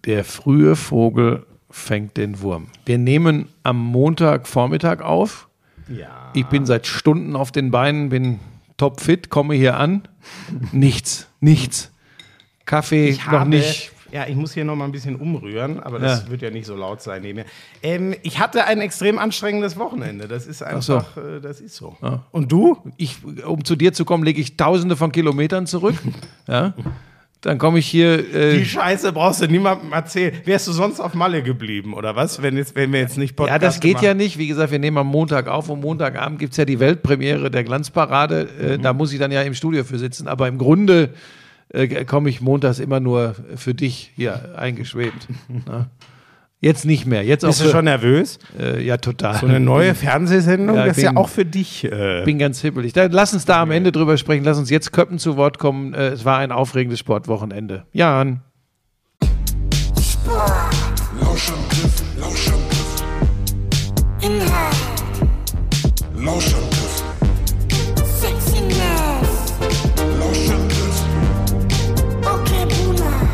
Der frühe Vogel fängt den Wurm. Wir nehmen am Montagvormittag auf. Ja. Ich bin seit Stunden auf den Beinen, bin topfit, komme hier an. Nichts. Kaffee noch nicht. Ja, ich muss hier noch mal ein bisschen umrühren, aber das wird ja nicht so laut sein neben mir. Ich hatte ein extrem anstrengendes Wochenende. Das ist einfach, das ist so. Ja. Und du? Um zu dir zu kommen, lege ich Tausende von Kilometern zurück. Ja. Dann komme ich hier. Die Scheiße brauchst du niemandem erzählen. Wärst du sonst auf Malle geblieben, oder was? Wenn wir jetzt nicht Podcast Ja, das geht machen. ja nicht. Wie gesagt, wir nehmen am Montag auf und Montagabend gibt es ja die Weltpremiere der Glanzparade. Da muss ich dann ja im Studio für sitzen. Aber im Grunde komme ich montags immer nur für dich hier eingeschwebt. Na? Jetzt nicht mehr. Jetzt Bist auch du schon nervös? Ja, total. So eine neue Fernsehsendung, Ja, das ist ja auch für dich. Ich bin ganz hippelig. Lass uns da am Ende drüber sprechen. Lass uns jetzt Köppen zu Wort kommen. Es war ein aufregendes Sportwochenende. Jan. Lauschangriff. Inhalt. Lauschangriff. Sexiness. Lauschangriff. Okay, Buna.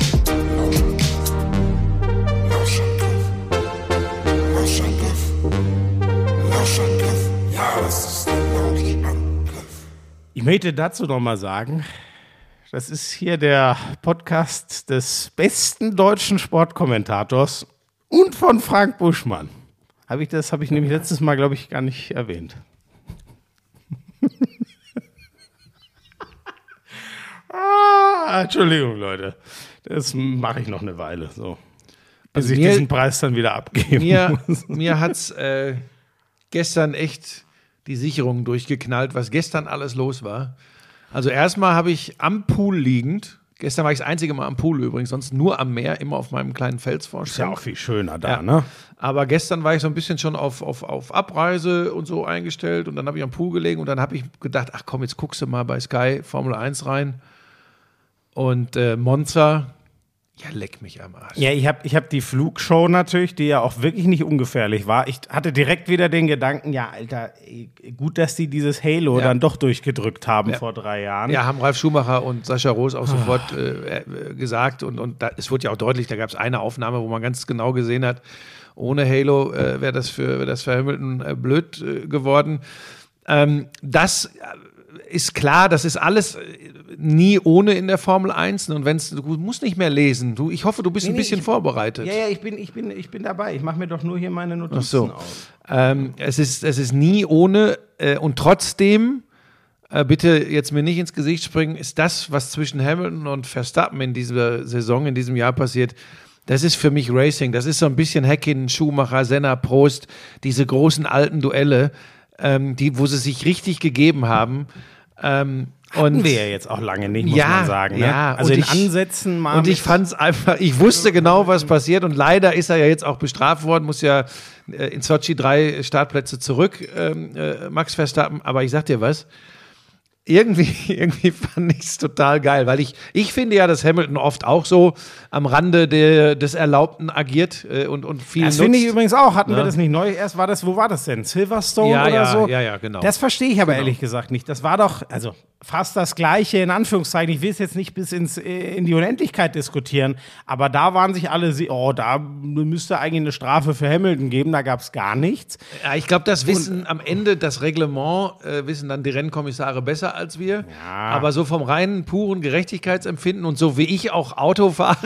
Lauschangriff. Ja, das ist der Lauschangriff. Ich möchte dazu noch mal sagen, das ist hier der Podcast des besten deutschen Sportkommentators und von Frank Buschmann. Habe ich nämlich letztes Mal, glaube ich, gar nicht erwähnt. Entschuldigung, Leute. Das mache ich noch eine Weile. So. Bis ich diesen Preis dann wieder abgeben muss. Mir hat es gestern echt die Sicherungen durchgeknallt, was gestern alles los war. Also erstmal habe ich am Pool liegend, gestern war ich das einzige Mal am Pool übrigens, sonst nur am Meer, immer auf meinem kleinen Felsvorsprung. Ist ja auch viel schöner da, ja. Ne? Aber gestern war ich so ein bisschen schon auf Abreise und so eingestellt und dann habe ich am Pool gelegen und dann habe ich gedacht, ach komm, jetzt guckst du mal bei Sky Formel 1 rein und Monza. Ja, leck mich am Arsch. Ja, ich hab die Flugshow natürlich, die ja auch wirklich nicht ungefährlich war. Ich hatte direkt wieder den Gedanken, ja, Alter, gut, dass die dieses Halo dann doch durchgedrückt haben vor 3 Jahren. Ja, haben Ralf Schumacher und Sascha Roos auch sofort gesagt. Und es wurde ja auch deutlich, da gab es eine Aufnahme, wo man ganz genau gesehen hat, ohne Halo wäre das für Hamilton blöd geworden. Das ist klar, das ist alles nie ohne in der Formel 1. Und du musst nicht mehr lesen. Ich hoffe, du bist ein bisschen vorbereitet. Ja, ich bin dabei. Ich mache mir doch nur hier meine Notizen auf. Es ist nie ohne und trotzdem, bitte jetzt mir nicht ins Gesicht springen, ist das, was zwischen Hamilton und Verstappen in dieser Saison, in diesem Jahr passiert, das ist für mich Racing. Das ist so ein bisschen Häkkinen, Schumacher, Senna, Prost, diese großen alten Duelle, wo sie sich richtig gegeben haben. Hatten wir ja jetzt auch lange nicht, muss man sagen. Ne? Ja, also in Ansätzen mal. Und ich fand es einfach, ich wusste genau, was passiert und leider ist er ja jetzt auch bestraft worden, muss ja in Sochi 3 Startplätze zurück, Max Verstappen, aber ich sag dir was, irgendwie fand ich es total geil, weil ich finde ja, dass Hamilton oft auch so am Rande des Erlaubten agiert und viel nutzt. Das finde ich übrigens auch. Hatten wir das nicht neu? Wo war das denn? Silverstone oder so? Ja, genau. Das verstehe ich aber ehrlich gesagt nicht. Das war doch, also fast das Gleiche, in Anführungszeichen. Ich will es jetzt nicht bis in die Unendlichkeit diskutieren, aber da waren sich alle, da müsste eigentlich eine Strafe für Hamilton geben, da gab es gar nichts. Ja, ich glaube, das wissen am Ende, das Reglement wissen dann die Rennkommissare besser als wir. Ja. Aber so vom reinen, puren Gerechtigkeitsempfinden und so wie ich auch Auto fahre.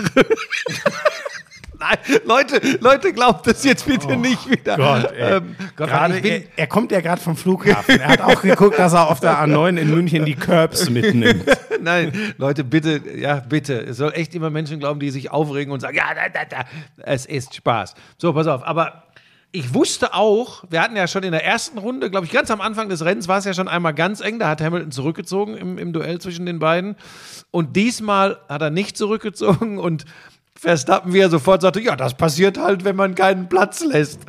Nein, Leute, glaubt das jetzt bitte nicht wieder. Gott, er kommt ja gerade vom Flughafen. Er hat auch geguckt, dass er auf der A9 in München die Curbs mitnimmt. Nein, Leute, bitte. Es soll echt immer Menschen glauben, die sich aufregen und sagen, es ist Spaß. So, pass auf, aber ich wusste auch, wir hatten ja schon in der ersten Runde, glaube ich, ganz am Anfang des Rennens war es ja schon einmal ganz eng, da hat Hamilton zurückgezogen im Duell zwischen den beiden und diesmal hat er nicht zurückgezogen und Verstappen, wie er sofort sagte, ja, das passiert halt, wenn man keinen Platz lässt.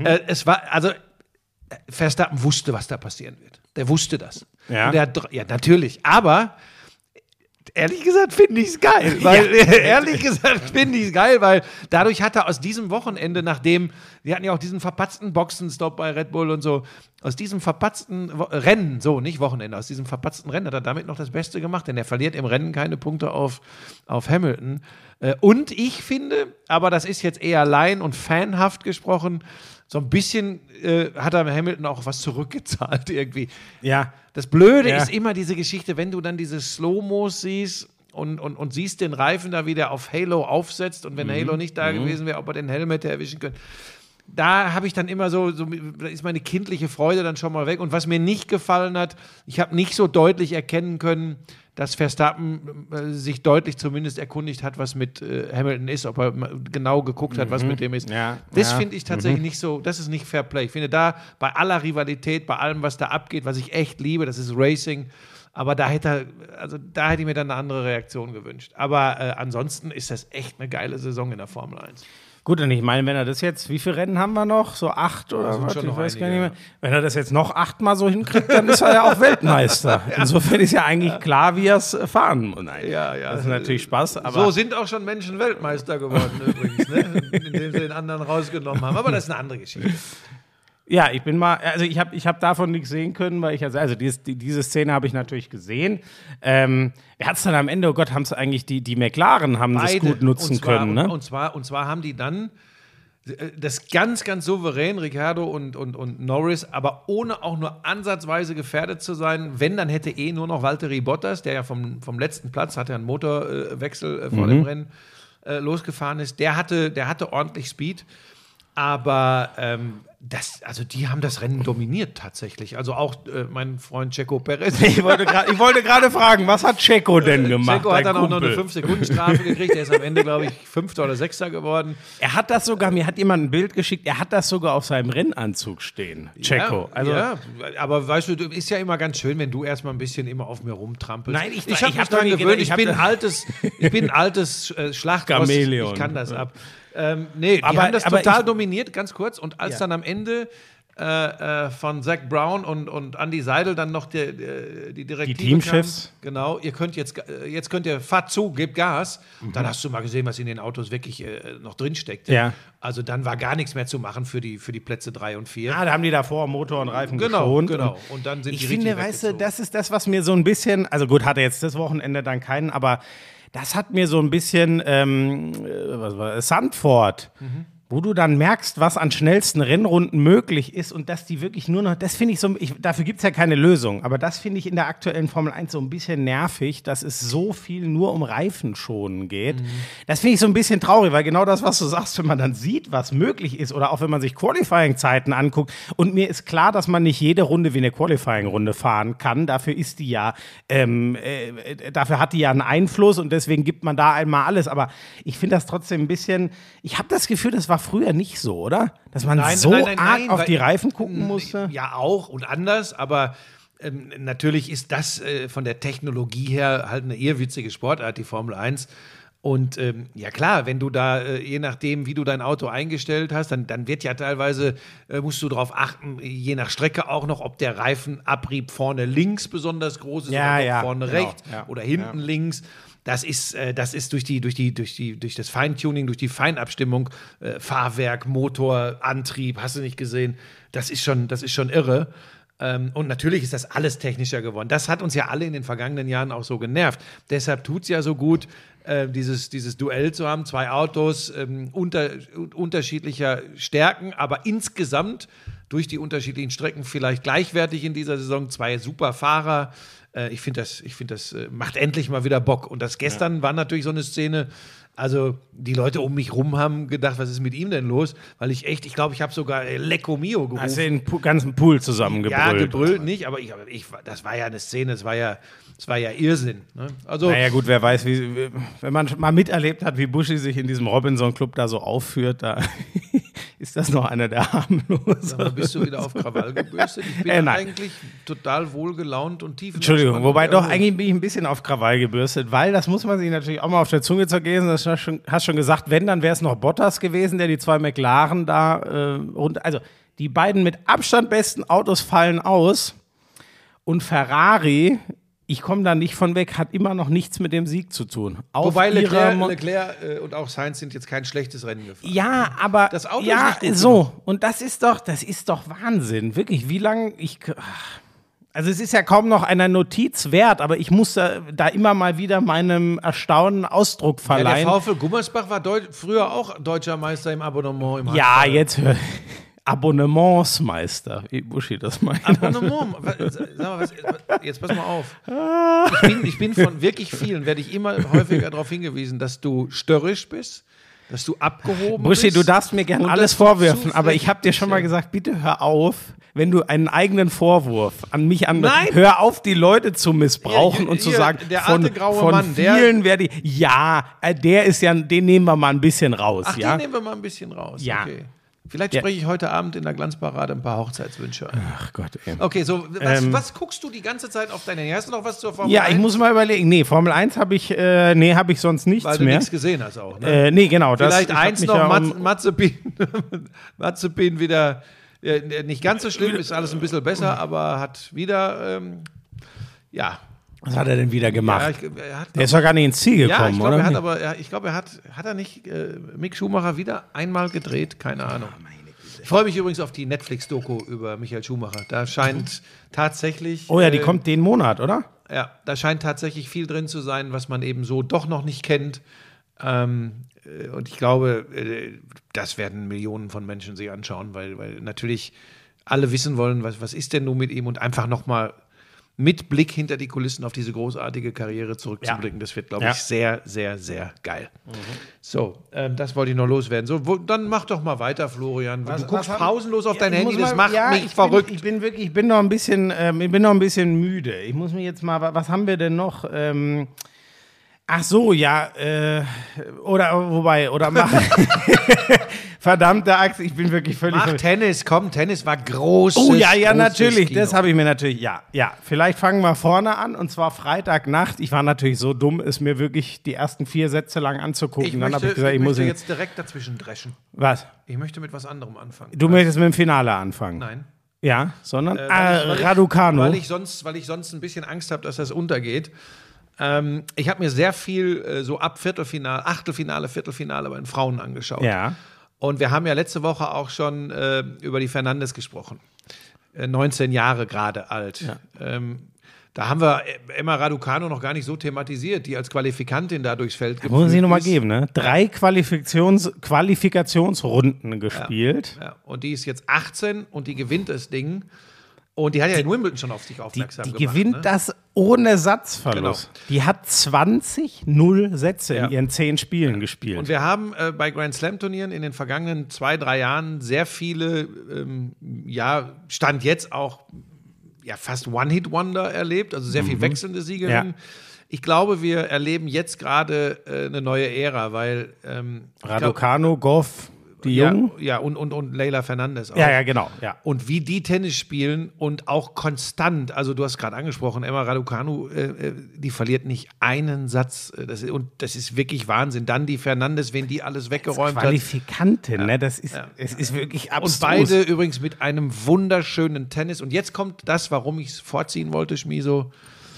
Verstappen wusste, was da passieren wird. Der wusste das. Ja, und natürlich, aber Ehrlich gesagt finde ich es geil. Ehrlich gesagt finde ich es geil, weil dadurch hat er aus diesem Wochenende, nachdem, wir hatten ja auch diesen verpatzten Boxenstopp bei Red Bull und so, aus diesem verpatzten Rennen, so nicht Wochenende, aus diesem verpatzten Rennen hat er damit noch das Beste gemacht, denn er verliert im Rennen keine Punkte auf Hamilton. Und ich finde, aber das ist jetzt eher Laien- und fanhaft gesprochen, so ein bisschen hat er Hamilton auch was zurückgezahlt irgendwie. Ja. Das Blöde Ja. ist immer diese Geschichte, wenn du dann diese Slow-Mos siehst und siehst den Reifen da wieder auf Halo aufsetzt und wenn Halo nicht da gewesen wäre, ob er den Helm hätte erwischen können. Da habe ich dann immer so, da ist meine kindliche Freude dann schon mal weg. Und was mir nicht gefallen hat, ich habe nicht so deutlich erkennen können, dass Verstappen sich deutlich zumindest erkundigt hat, was mit Hamilton ist, ob er genau geguckt hat, was mit dem ist. Ja, Das ja. finde ich tatsächlich nicht so, das ist nicht Fair Play. Ich finde da bei aller Rivalität, bei allem, was da abgeht, was ich echt liebe, das ist Racing, aber da hätte ich mir dann eine andere Reaktion gewünscht. Aber ansonsten ist das echt eine geile Saison in der Formel 1. Gut, und ich meine, wenn er das jetzt, wie viele Rennen haben wir noch? So 8 oder sind was? schon Ich noch weiß gar einige, nicht mehr. Wenn er das jetzt noch 8-mal so hinkriegt, dann ist er ja auch Weltmeister. Insofern ist ja eigentlich klar, wie er es fahren muss. Nein, Ja, ja. das ist natürlich Spaß, aber So sind auch schon Menschen Weltmeister geworden übrigens, ne? Indem sie den anderen rausgenommen haben. Aber das ist eine andere Geschichte. ja, ich hab davon nichts sehen können, weil also diese Szene habe ich natürlich gesehen. Wer hat es dann am Ende, oh Gott, haben es eigentlich die McLaren haben das gut nutzen können, ne? Und zwar haben die dann das ganz, ganz souverän, Ricciardo und Norris, aber ohne auch nur ansatzweise gefährdet zu sein. Wenn, dann hätte nur noch Valtteri Bottas, der ja vom letzten Platz, hat ja einen Motorwechsel vor dem Rennen losgefahren ist. Der hatte ordentlich Speed. Aber die haben das Rennen dominiert tatsächlich. Also auch mein Freund Checo Perez. Ich wollte gerade fragen, was hat Checo denn gemacht? Checo hat dann dein auch noch eine Kumpel? 5-Sekunden-Strafe gekriegt. Der ist am Ende, glaube ich, 5. oder 6. geworden. Er hat das sogar, mir hat jemand ein Bild geschickt, er hat das sogar auf seinem Rennanzug stehen, Checo. Ja, aber weißt du, ist ja immer ganz schön, wenn du erstmal ein bisschen immer auf mir rumtrampelst. Nein, ich habe mich hab dran doch nie gewöhnt. gedacht, Ich bin ein altes Schlachtross. Chamäleon. Ich kann das ab. Die Aber- haben das aber total ich- dominiert, ganz kurz. Und als dann am Ende von Zach Brown und Andy Seidel dann noch die Direktive Die Teamchefs. kam, genau, ihr könnt jetzt könnt ihr, fahrt zu, gebt Gas. Dann hast du mal gesehen, was in den Autos wirklich noch drin steckte. Ja. Also dann war gar nichts mehr zu machen für die Plätze 3 und 4. Ja, da haben die davor Motor und Reifen Genau, geschont. genau. Und dann sind ich die finde, richtig weißt du, weggezogen. das ist das, was mir so ein bisschen, also gut, hatte jetzt das Wochenende dann keinen, aber das hat mir so ein bisschen, Sandford, wo du dann merkst, was an schnellsten Rennrunden möglich ist und dass die wirklich nur noch, das finde ich so, dafür gibt es ja keine Lösung, aber das finde ich in der aktuellen Formel 1 so ein bisschen nervig, dass es so viel nur um Reifenschonen geht. Das finde ich so ein bisschen traurig, weil genau das, was du sagst, wenn man dann sieht, was möglich ist oder auch wenn man sich Qualifying-Zeiten anguckt und mir ist klar, dass man nicht jede Runde wie eine Qualifying-Runde fahren kann, dafür ist die ja, dafür hat die ja einen Einfluss und deswegen gibt man da einmal alles, aber ich finde das trotzdem ein bisschen, ich habe das Gefühl, das war früher nicht so, oder? Dass man arg auf weil- die Reifen gucken musste. Ja, auch und anders, aber natürlich ist das von der Technologie her halt eine irrwitzige Sportart, die Formel 1. Und ja klar, wenn du da, je nachdem, wie du dein Auto eingestellt hast, dann wird ja teilweise, musst du darauf achten, je nach Strecke auch noch, ob der Reifenabrieb vorne links besonders groß ist Ja, oder ja, vorne genau, rechts ja, oder hinten links. Das ist durch das Feintuning, durch die Feinabstimmung, Fahrwerk, Motor, Antrieb, hast du nicht gesehen. Das ist schon irre. Und natürlich ist das alles technischer geworden. Das hat uns ja alle in den vergangenen Jahren auch so genervt. Deshalb tut es ja so gut, dieses Duell zu haben, zwei Autos unterschiedlicher Stärken, aber insgesamt durch die unterschiedlichen Strecken vielleicht gleichwertig in dieser Saison, zwei super Fahrer. Ich finde, das macht endlich mal wieder Bock. Und das gestern war natürlich so eine Szene, also die Leute um mich rum haben gedacht, was ist mit ihm denn los? Weil ich glaube, ich habe sogar Lecco Mio gerufen. Hast du den ganzen Pool zusammengebrüllt? Ja, gebrüllt nicht, aber das war ja eine Szene, das war ja Irrsinn. Ne? Also, Naja gut, wer weiß, wenn man mal miterlebt hat, wie Buschi sich in diesem Robinson-Club da so aufführt, da ist das noch einer der harmlosen. sag mal, bist du wieder auf Krawall gebürstet? Ich bin Nein. eigentlich total wohlgelaunt und tief. Entschuldigung, wobei doch, eigentlich bin ich ein bisschen auf Krawall gebürstet, weil das muss man sich natürlich auch mal auf der Zunge zergehen. Das hast schon gesagt, wenn, dann wäre es noch Bottas gewesen, der die zwei McLaren da also die beiden mit Abstand besten Autos fallen aus und Ferrari ich komme da nicht von weg, hat immer noch nichts mit dem Sieg zu tun. Wobei Leclerc und auch Sainz sind jetzt kein schlechtes Rennen gefahren. Ja, aber das Auto ja, ist nicht gut so. genug. Und das ist doch Wahnsinn. Wirklich, wie lange also es ist ja kaum noch einer Notiz wert, aber ich muss da immer mal wieder meinem Erstaunen Ausdruck Ja, verleihen. der VfL Gummersbach war früher auch deutscher Meister im Abonnement im Ja, Handball. jetzt hör. Abonnementsmeister, wie Buschi das meint. Abonnement. Sag mal, jetzt pass mal auf. Ich bin von wirklich vielen, werde ich immer häufiger darauf hingewiesen, dass du störrisch bist, dass du abgehoben Buschi, bist. du darfst mir gerne und alles dass du vorwerfen, zu aber ich habe dir schon mal frech bist, gesagt, bitte hör auf, wenn du einen eigenen Vorwurf an mich Nein! hör auf, die Leute zu missbrauchen Hier, und zu hier, sagen, der alte graue Mann, vielen werde ich, der ist ja, den nehmen wir mal ein bisschen raus, Ach, ja. den nehmen wir mal ein bisschen raus. Ja. Okay. Vielleicht Ja. spreche ich heute Abend in der Glanzparade ein paar Hochzeitswünsche ein. Ach Gott, ey. Okay, so, was guckst du die ganze Zeit auf deine Handy? Hast du noch was zur Formel Ja, 1? ich muss mal überlegen. Nee, Formel 1 habe ich, hab ich sonst nichts Weil du mehr. nichts gesehen hast auch, ne? Nee, genau. Vielleicht ich hab eins mich noch, ja Mazepin wieder, nicht ganz so schlimm, ist alles ein bisschen besser, aber hat wieder, Was hat er denn wieder gemacht? er hat Der ist doch gar nicht ins Ziel ja, gekommen, ich glaube, oder? er hat aber, hat er nicht Mick Schumacher wieder einmal gedreht? Keine Ahnung. Ich freue mich übrigens auf die Netflix-Doku über Michael Schumacher. Da scheint tatsächlich. Oh ja, die kommt den Monat, oder? Ja, da scheint tatsächlich viel drin zu sein, was man eben so doch noch nicht kennt. Und ich glaube, das werden Millionen von Menschen sich anschauen, weil natürlich alle wissen wollen, was ist denn nun mit ihm und einfach nochmal mit Blick hinter die Kulissen auf diese großartige Karriere zurückzublicken. Das wird, glaube ich, sehr, sehr, sehr geil. So, das wollte ich noch loswerden. So, dann mach doch mal weiter, Florian. Du guckst pausenlos auf dein Handy, das macht mich verrückt. Ich bin noch ein bisschen müde. Ich muss mir jetzt mal, was haben wir denn noch? Ach so, ja, oder mach. Verdammte Axt, ich bin wirklich völlig. Mach Tennis, komm, Tennis war groß. Oh ja, natürlich, das habe ich mir natürlich, ja. Vielleicht fangen wir vorne an, und zwar Freitagnacht. Ich war natürlich so dumm, es mir wirklich die ersten 4 Sätze lang anzugucken. Ich Dann habe möchte, ich gesagt, ich muss jetzt direkt dazwischen dreschen. Was? Ich möchte mit was anderem anfangen. Du möchtest mit dem Finale anfangen? Nein. Ja, sondern Weil Raducanu. Weil ich sonst ein bisschen Angst habe, dass das untergeht. Ich habe mir sehr viel so ab Viertelfinale, Achtelfinale, Viertelfinale bei den Frauen angeschaut. Ja. Und wir haben ja letzte Woche auch schon über die Fernandes gesprochen. 19 Jahre gerade alt. Ja. Da haben wir Emma Raducanu noch gar nicht so thematisiert, die als Qualifikantin da durchs Feld muss man sie nochmal geben, ne? 3 Qualifikationsrunden gespielt. Ja. Und die ist jetzt 18 und die gewinnt das Ding. Und die hat ja in Wimbledon schon auf sich aufmerksam Die gemacht. gewinnt das ohne Satzverlust. Genau. Die hat 20-0 Sätze in ihren 10 Spielen gespielt. Und wir haben bei Grand Slam-Turnieren in den vergangenen 2-3 Jahren sehr viele, Stand jetzt auch fast One-Hit-Wonder erlebt, also sehr viel wechselnde Siegerinnen. Ja. Ich glaube, wir erleben jetzt gerade eine neue Ära, weil Raducanu, Goff, die Jungen. Ja, und Leila Fernandes auch. Ja, genau. Ja. Und wie die Tennis spielen und auch konstant, also du hast gerade angesprochen, Emma Raducanu, die verliert nicht einen Satz. Das ist wirklich Wahnsinn. Dann die Fernandes, wenn die alles weggeräumt hat. Qualifikantin, ne? Es ist wirklich abstrus. Und beide übrigens mit einem wunderschönen Tennis. Und jetzt kommt das, warum ich es vorziehen wollte, Schmiso.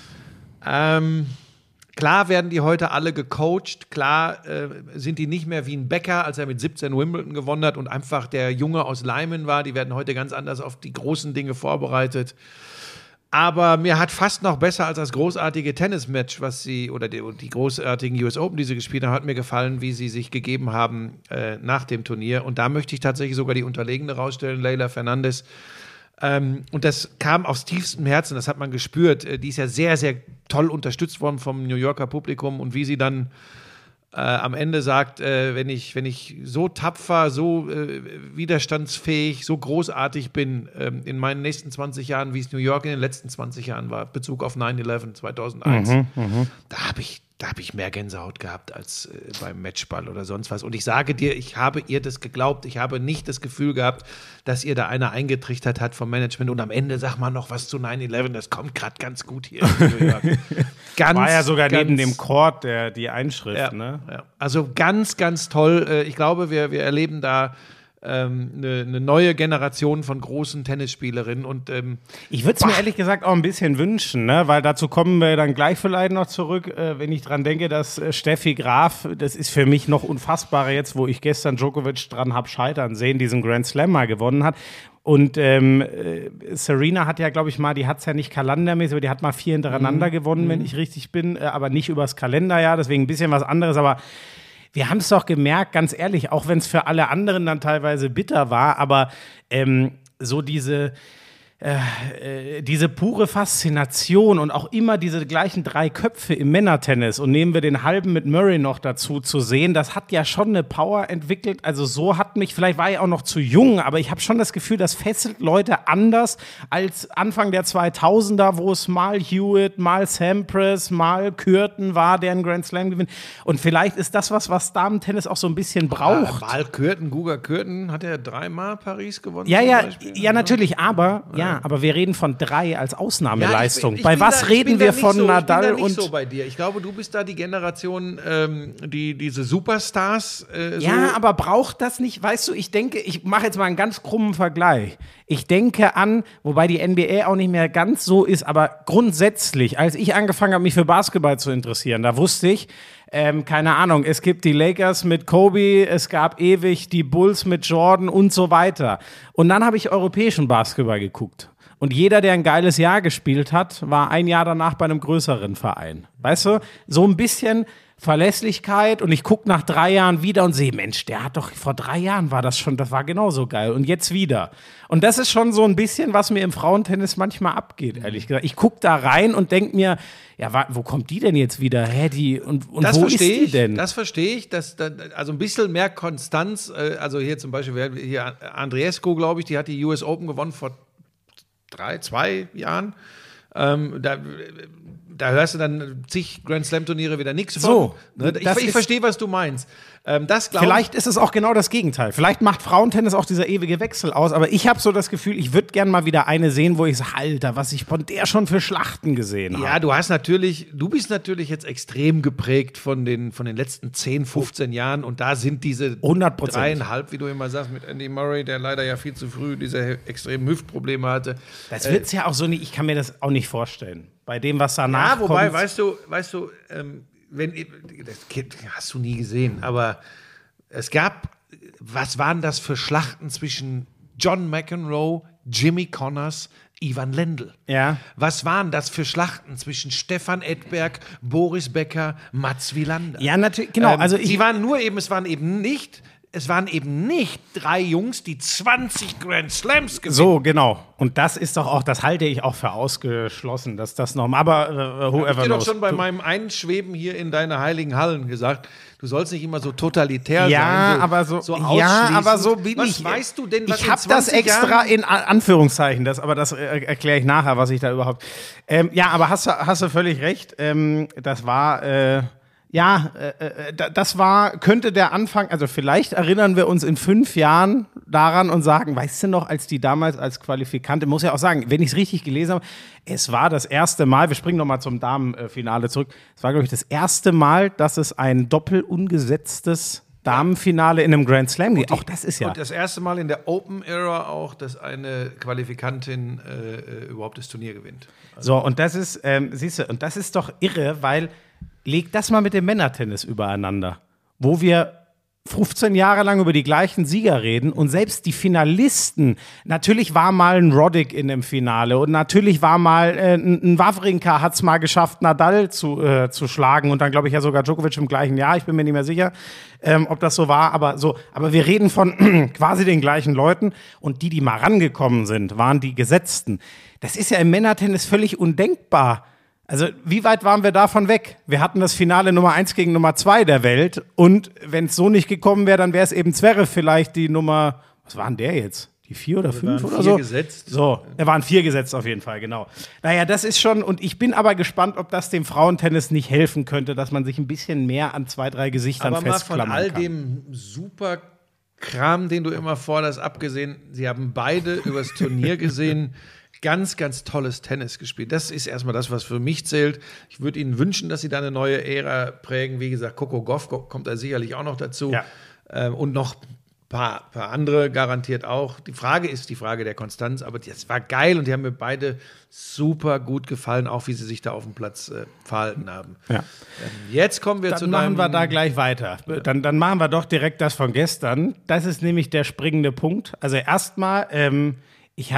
Klar werden die heute alle gecoacht, klar sind die nicht mehr wie ein Becker, als er mit 17 Wimbledon gewonnen hat und einfach der Junge aus Leimen war. Die werden heute ganz anders auf die großen Dinge vorbereitet. Aber mir hat fast noch besser als das großartige Tennismatch, was sie, oder die großartigen US Open, die sie gespielt haben, hat mir gefallen, wie sie sich gegeben haben nach dem Turnier. Und da möchte ich tatsächlich sogar die Unterlegene rausstellen, Leila Fernandes. Und das kam aus tiefstem Herzen, das hat man gespürt. Die ist ja sehr, sehr toll unterstützt worden vom New Yorker Publikum. Und wie sie dann am Ende sagt, wenn ich so tapfer, so widerstandsfähig, so großartig bin in meinen nächsten 20 Jahren, wie es New York in den letzten 20 Jahren war, Bezug auf 9/11 2001, da habe ich mehr Gänsehaut gehabt als beim Matchball oder sonst was. Und ich sage dir, ich habe ihr das geglaubt. Ich habe nicht das Gefühl gehabt, dass ihr da einer eingetrichtert hat vom Management. Und am Ende sag mal noch was zu 9/11. Das kommt gerade ganz gut hier in New York. War ja sogar neben dem Court die Einschrift. Ja, ne? ja. Also ganz, ganz toll. Ich glaube, wir erleben da eine neue Generation von großen Tennisspielerinnen. Und ich würde es mir ehrlich gesagt auch ein bisschen wünschen, ne? Weil dazu kommen wir dann gleich vielleicht noch zurück, wenn ich dran denke, dass Steffi Graf, das ist für mich noch unfassbarer jetzt, wo ich gestern Djokovic dran habe scheitern sehen, diesen Grand Slam mal gewonnen hat. Und Serena hat ja, glaube ich mal, die hat es ja nicht kalendermäßig, aber die hat mal 4 hintereinander gewonnen, wenn ich richtig bin, aber nicht übers Kalenderjahr, deswegen ein bisschen was anderes, aber wir haben es doch gemerkt, ganz ehrlich, auch wenn es für alle anderen dann teilweise bitter war, aber so diese pure Faszination und auch immer diese gleichen 3 Köpfe im Männertennis und nehmen wir den halben mit Murray noch dazu zu sehen, das hat ja schon eine Power entwickelt, also so hat mich, vielleicht war ich auch noch zu jung, aber ich habe schon das Gefühl, das fesselt Leute anders als Anfang der 2000er, wo es mal Hewitt, mal Sampras, mal Kürten war, der einen Grand Slam gewinnt und vielleicht ist das was Damen-Tennis auch so ein bisschen braucht. Mal Kürten, Guga Kürten, hat er 3-mal Paris gewonnen? Ja, natürlich, aber wir reden von 3 als Ausnahmeleistung. Ich bei bin was reden wir von Nadal? Ich bin da nicht so bei dir. Ich glaube, du bist da die Generation, die diese Superstars. Ja, aber braucht das nicht? Weißt du, ich denke, ich mache jetzt mal einen ganz krummen Vergleich. Ich denke an, wobei die NBA auch nicht mehr ganz so ist, aber grundsätzlich, als ich angefangen habe, mich für Basketball zu interessieren, da wusste ich, keine Ahnung, es gibt die Lakers mit Kobe, es gab ewig die Bulls mit Jordan und so weiter. Und dann habe ich europäischen Basketball geguckt. Und jeder, der ein geiles Jahr gespielt hat, war ein Jahr danach bei einem größeren Verein. Weißt du, so ein bisschen Verlässlichkeit und ich gucke nach 3 Jahren wieder und sehe, Mensch, der hat doch, vor 3 Jahren war das schon, das war genauso geil und jetzt wieder. Und das ist schon so ein bisschen, was mir im Frauentennis manchmal abgeht, ehrlich gesagt. Ich gucke da rein und denke mir, ja, wo kommt die denn jetzt wieder? Und wo ist die denn? Das verstehe ich, also ein bisschen mehr Konstanz, also hier zum Beispiel, hier Andreescu, glaube ich, die hat die US Open gewonnen vor 2 Jahren. Da hörst du dann zig Grand Slam Turniere wieder nichts von. So, ne? Ich verstehe, was du meinst. Vielleicht ist es auch genau das Gegenteil. Vielleicht macht Frauentennis auch dieser ewige Wechsel aus. Aber ich habe so das Gefühl, ich würde gerne mal wieder eine sehen, wo ich sage, Alter, was ich von der schon für Schlachten gesehen habe. Ja, du bist natürlich jetzt extrem geprägt von den letzten 10, 15 Jahren. Und da sind diese 100%. 3,5, wie du immer sagst, mit Andy Murray, der leider ja viel zu früh diese extremen Hüftprobleme hatte. Das wird es ja auch so nicht, ich kann mir das auch nicht vorstellen. Bei dem, was danach kommt. Ja, wobei, weißt du, das hast du nie gesehen, aber was waren das für Schlachten zwischen John McEnroe, Jimmy Connors, Ivan Lendl? Ja. Was waren das für Schlachten zwischen Stefan Edberg, Boris Becker, Mats Wilander? Ja, natürlich, genau. Also es waren eben nicht 3 Jungs, die 20 Grand Slams gewinnen. So, genau. Und das ist doch auch, das halte ich auch für ausgeschlossen, dass das noch, aber whoever knows. Ich habe dir doch schon bei meinem Einschweben hier in deine heiligen Hallen gesagt, du sollst nicht immer so totalitär sein. Aber so bin was weißt du denn, was ich habe das extra in Anführungszeichen, das erkläre ich nachher, was ich da überhaupt. Aber hast du völlig recht. Das war könnte der Anfang, also vielleicht erinnern wir uns in 5 Jahren daran und sagen, weißt du noch, als die damals als Qualifikante, muss ja auch sagen, wenn ich es richtig gelesen habe, es war das erste Mal, wir springen nochmal zum Damenfinale zurück, es war, glaube ich, das erste Mal, dass es ein doppelungesetztes Damenfinale in einem Grand Slam gibt. Auch das ist ja. Und das erste Mal in der Open-Era auch, dass eine Qualifikantin überhaupt das Turnier gewinnt. Also. So, und das ist, siehst du, und das ist doch irre, weil leg das mal mit dem Männertennis übereinander, wo wir 15 Jahre lang über die gleichen Sieger reden und selbst die Finalisten, natürlich war mal ein Roddick in dem Finale und natürlich war mal ein Wawrinka hat es mal geschafft, Nadal zu schlagen und dann glaube ich ja sogar Djokovic im gleichen Jahr, ich bin mir nicht mehr sicher, ob das so war, aber wir reden von quasi den gleichen Leuten und die mal rangekommen sind, waren die Gesetzten. Das ist ja im Männertennis völlig undenkbar. Also, wie weit waren wir davon weg? Wir hatten das Finale Nummer 1 gegen Nummer 2 der Welt und wenn es so nicht gekommen wäre, dann wäre es eben Zverev vielleicht die Nummer, was waren der jetzt? Die 4 oder 5 oder so? 4 gesetzt. So, er waren 4 gesetzt auf jeden Fall, genau. Naja, das ist schon, und ich bin aber gespannt, ob das dem Frauentennis nicht helfen könnte, dass man sich ein bisschen mehr an 2, 3 Gesichtern festklammern kann. Aber mal von all dem super Kram, den du immer forderst, abgesehen, sie haben beide übers Turnier gesehen, ganz, ganz tolles Tennis gespielt. Das ist erstmal das, was für mich zählt. Ich würde Ihnen wünschen, dass Sie da eine neue Ära prägen. Wie gesagt, Coco Gauff kommt da sicherlich auch noch dazu. Ja. Und noch Paar andere garantiert auch. Die Frage ist die Frage der Konstanz, aber das war geil und die haben mir beide super gut gefallen, auch wie sie sich da auf dem Platz verhalten haben. Ja. Jetzt kommen wir Dann machen wir da gleich weiter. Dann machen wir doch direkt das von gestern. Das ist nämlich der springende Punkt. Also erstmal, ich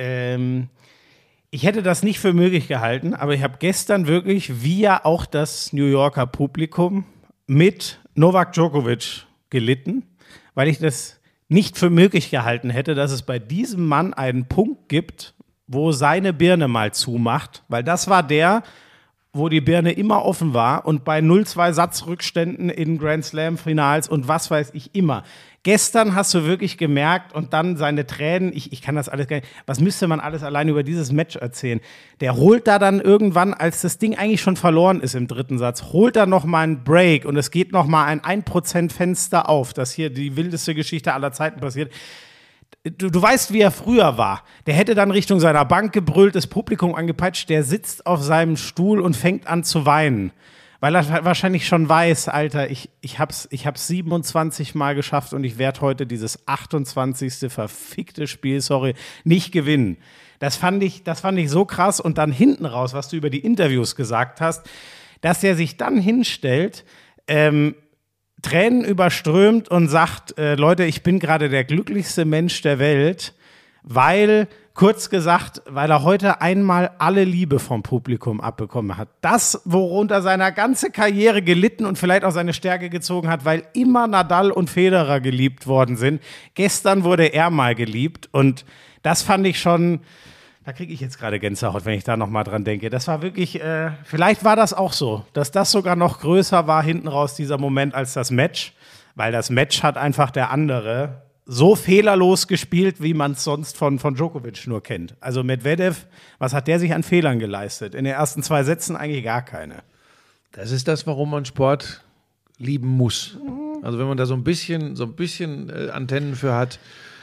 hätte das nicht für möglich gehalten, aber ich habe gestern wirklich, wie ja auch das New Yorker Publikum, mit Novak Djokovic gelitten, weil ich das nicht für möglich gehalten hätte, dass es bei diesem Mann einen Punkt gibt, wo seine Birne mal zumacht, weil das war der, wo die Birne immer offen war und bei 0-2 Satzrückständen in Grand Slam Finals und was weiß ich immer. Gestern hast du wirklich gemerkt und dann seine Tränen, ich kann das alles gar nicht, was müsste man alles allein über dieses Match erzählen? Der holt da dann irgendwann, als das Ding eigentlich schon verloren ist im dritten Satz, holt er noch mal einen Break und es geht noch mal ein 1% Fenster auf, dass hier die wildeste Geschichte aller Zeiten passiert. Du weißt, wie er früher war. Der hätte dann Richtung seiner Bank gebrüllt, das Publikum angepeitscht, der sitzt auf seinem Stuhl und fängt an zu weinen. Weil er wahrscheinlich schon weiß, Alter, ich hab's 27 Mal geschafft und ich werde heute dieses 28. verfickte Spiel, nicht gewinnen. Das fand ich so krass. Und dann hinten raus, was du über die Interviews gesagt hast, dass er sich dann hinstellt, Tränen überströmt und sagt, Leute, ich bin gerade der glücklichste Mensch der Welt, weil, kurz gesagt, weil er heute einmal alle Liebe vom Publikum abbekommen hat. Das, worunter seine ganze Karriere gelitten und vielleicht auch seine Stärke gezogen hat, weil immer Nadal und Federer geliebt worden sind. Gestern wurde er mal geliebt und das fand ich schon, da kriege ich jetzt gerade Gänsehaut, wenn ich da nochmal dran denke. Das war wirklich, vielleicht war das auch so, dass das sogar noch größer war hinten raus, dieser Moment, als das Match, weil das Match hat einfach der andere so fehlerlos gespielt, wie man es sonst von Djokovic nur kennt. Also Medvedev, was hat der sich an Fehlern geleistet? In den ersten 2 Sätzen eigentlich gar keine. Das ist das, warum man Sport lieben muss. Also wenn man da so ein bisschen Antennen für hat,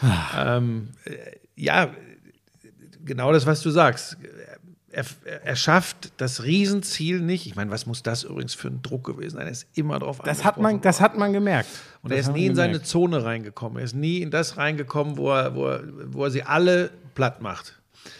ja, genau das, was du sagst. Er schafft das Riesenziel nicht. Ich meine, was muss das übrigens für ein Druck gewesen sein? Er ist immer drauf angesprochen. Das hat man gemerkt. Und er ist nie in seine Zone reingekommen. Er ist nie in das reingekommen, wo er sie alle platt macht.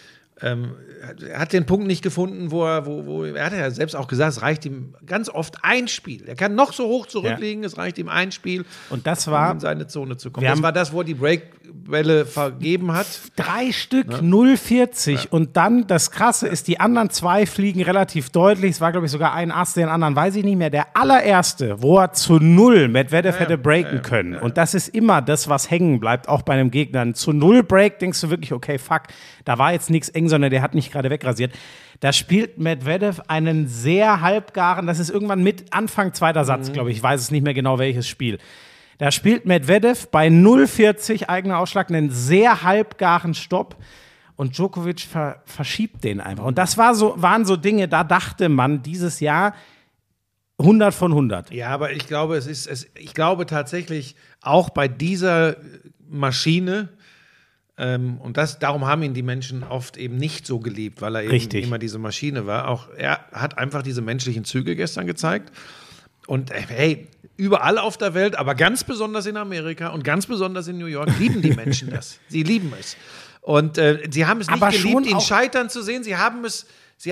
Er hat den Punkt nicht gefunden, wo er hat ja selbst auch gesagt, es reicht ihm ganz oft ein Spiel. Er kann noch so hoch zurückliegen, es reicht ihm ein Spiel, und das war, um in seine Zone zu kommen. Das war das, wo er die Breakbälle vergeben hat. 3 Stück, 0,40. Ja. Und dann, das Krasse ist, die anderen 2 fliegen relativ deutlich. Es war, glaube ich, sogar ein Ass, den anderen weiß ich nicht mehr. Der allererste, wo er zu 0 Medvedev hätte breaken können. Und das ist immer das, was hängen bleibt, auch bei einem Gegner. Zu 0 Break denkst du wirklich, okay, fuck, da war jetzt nichts eng, sondern der hat nicht gerade wegrasiert. Da spielt Medvedev einen sehr halbgaren, das ist irgendwann mit Anfang 2. Satz, glaube ich weiß es nicht mehr genau, welches Spiel. Da spielt Medvedev bei 0,40 eigener Ausschlag einen sehr halbgaren Stopp und Djokovic verschiebt den einfach. Und das waren so Dinge, da dachte man dieses Jahr 100 von 100. Ja, aber ich glaube, ich glaube tatsächlich auch bei dieser Maschine, und darum haben ihn die Menschen oft eben nicht so geliebt, weil er eben immer diese Maschine war. Auch er hat einfach diese menschlichen Züge gestern gezeigt. Und hey, überall auf der Welt, aber ganz besonders in Amerika und ganz besonders in New York lieben die Menschen das. Sie lieben es. Und sie haben es nicht geliebt, ihn scheitern zu sehen. Sie haben es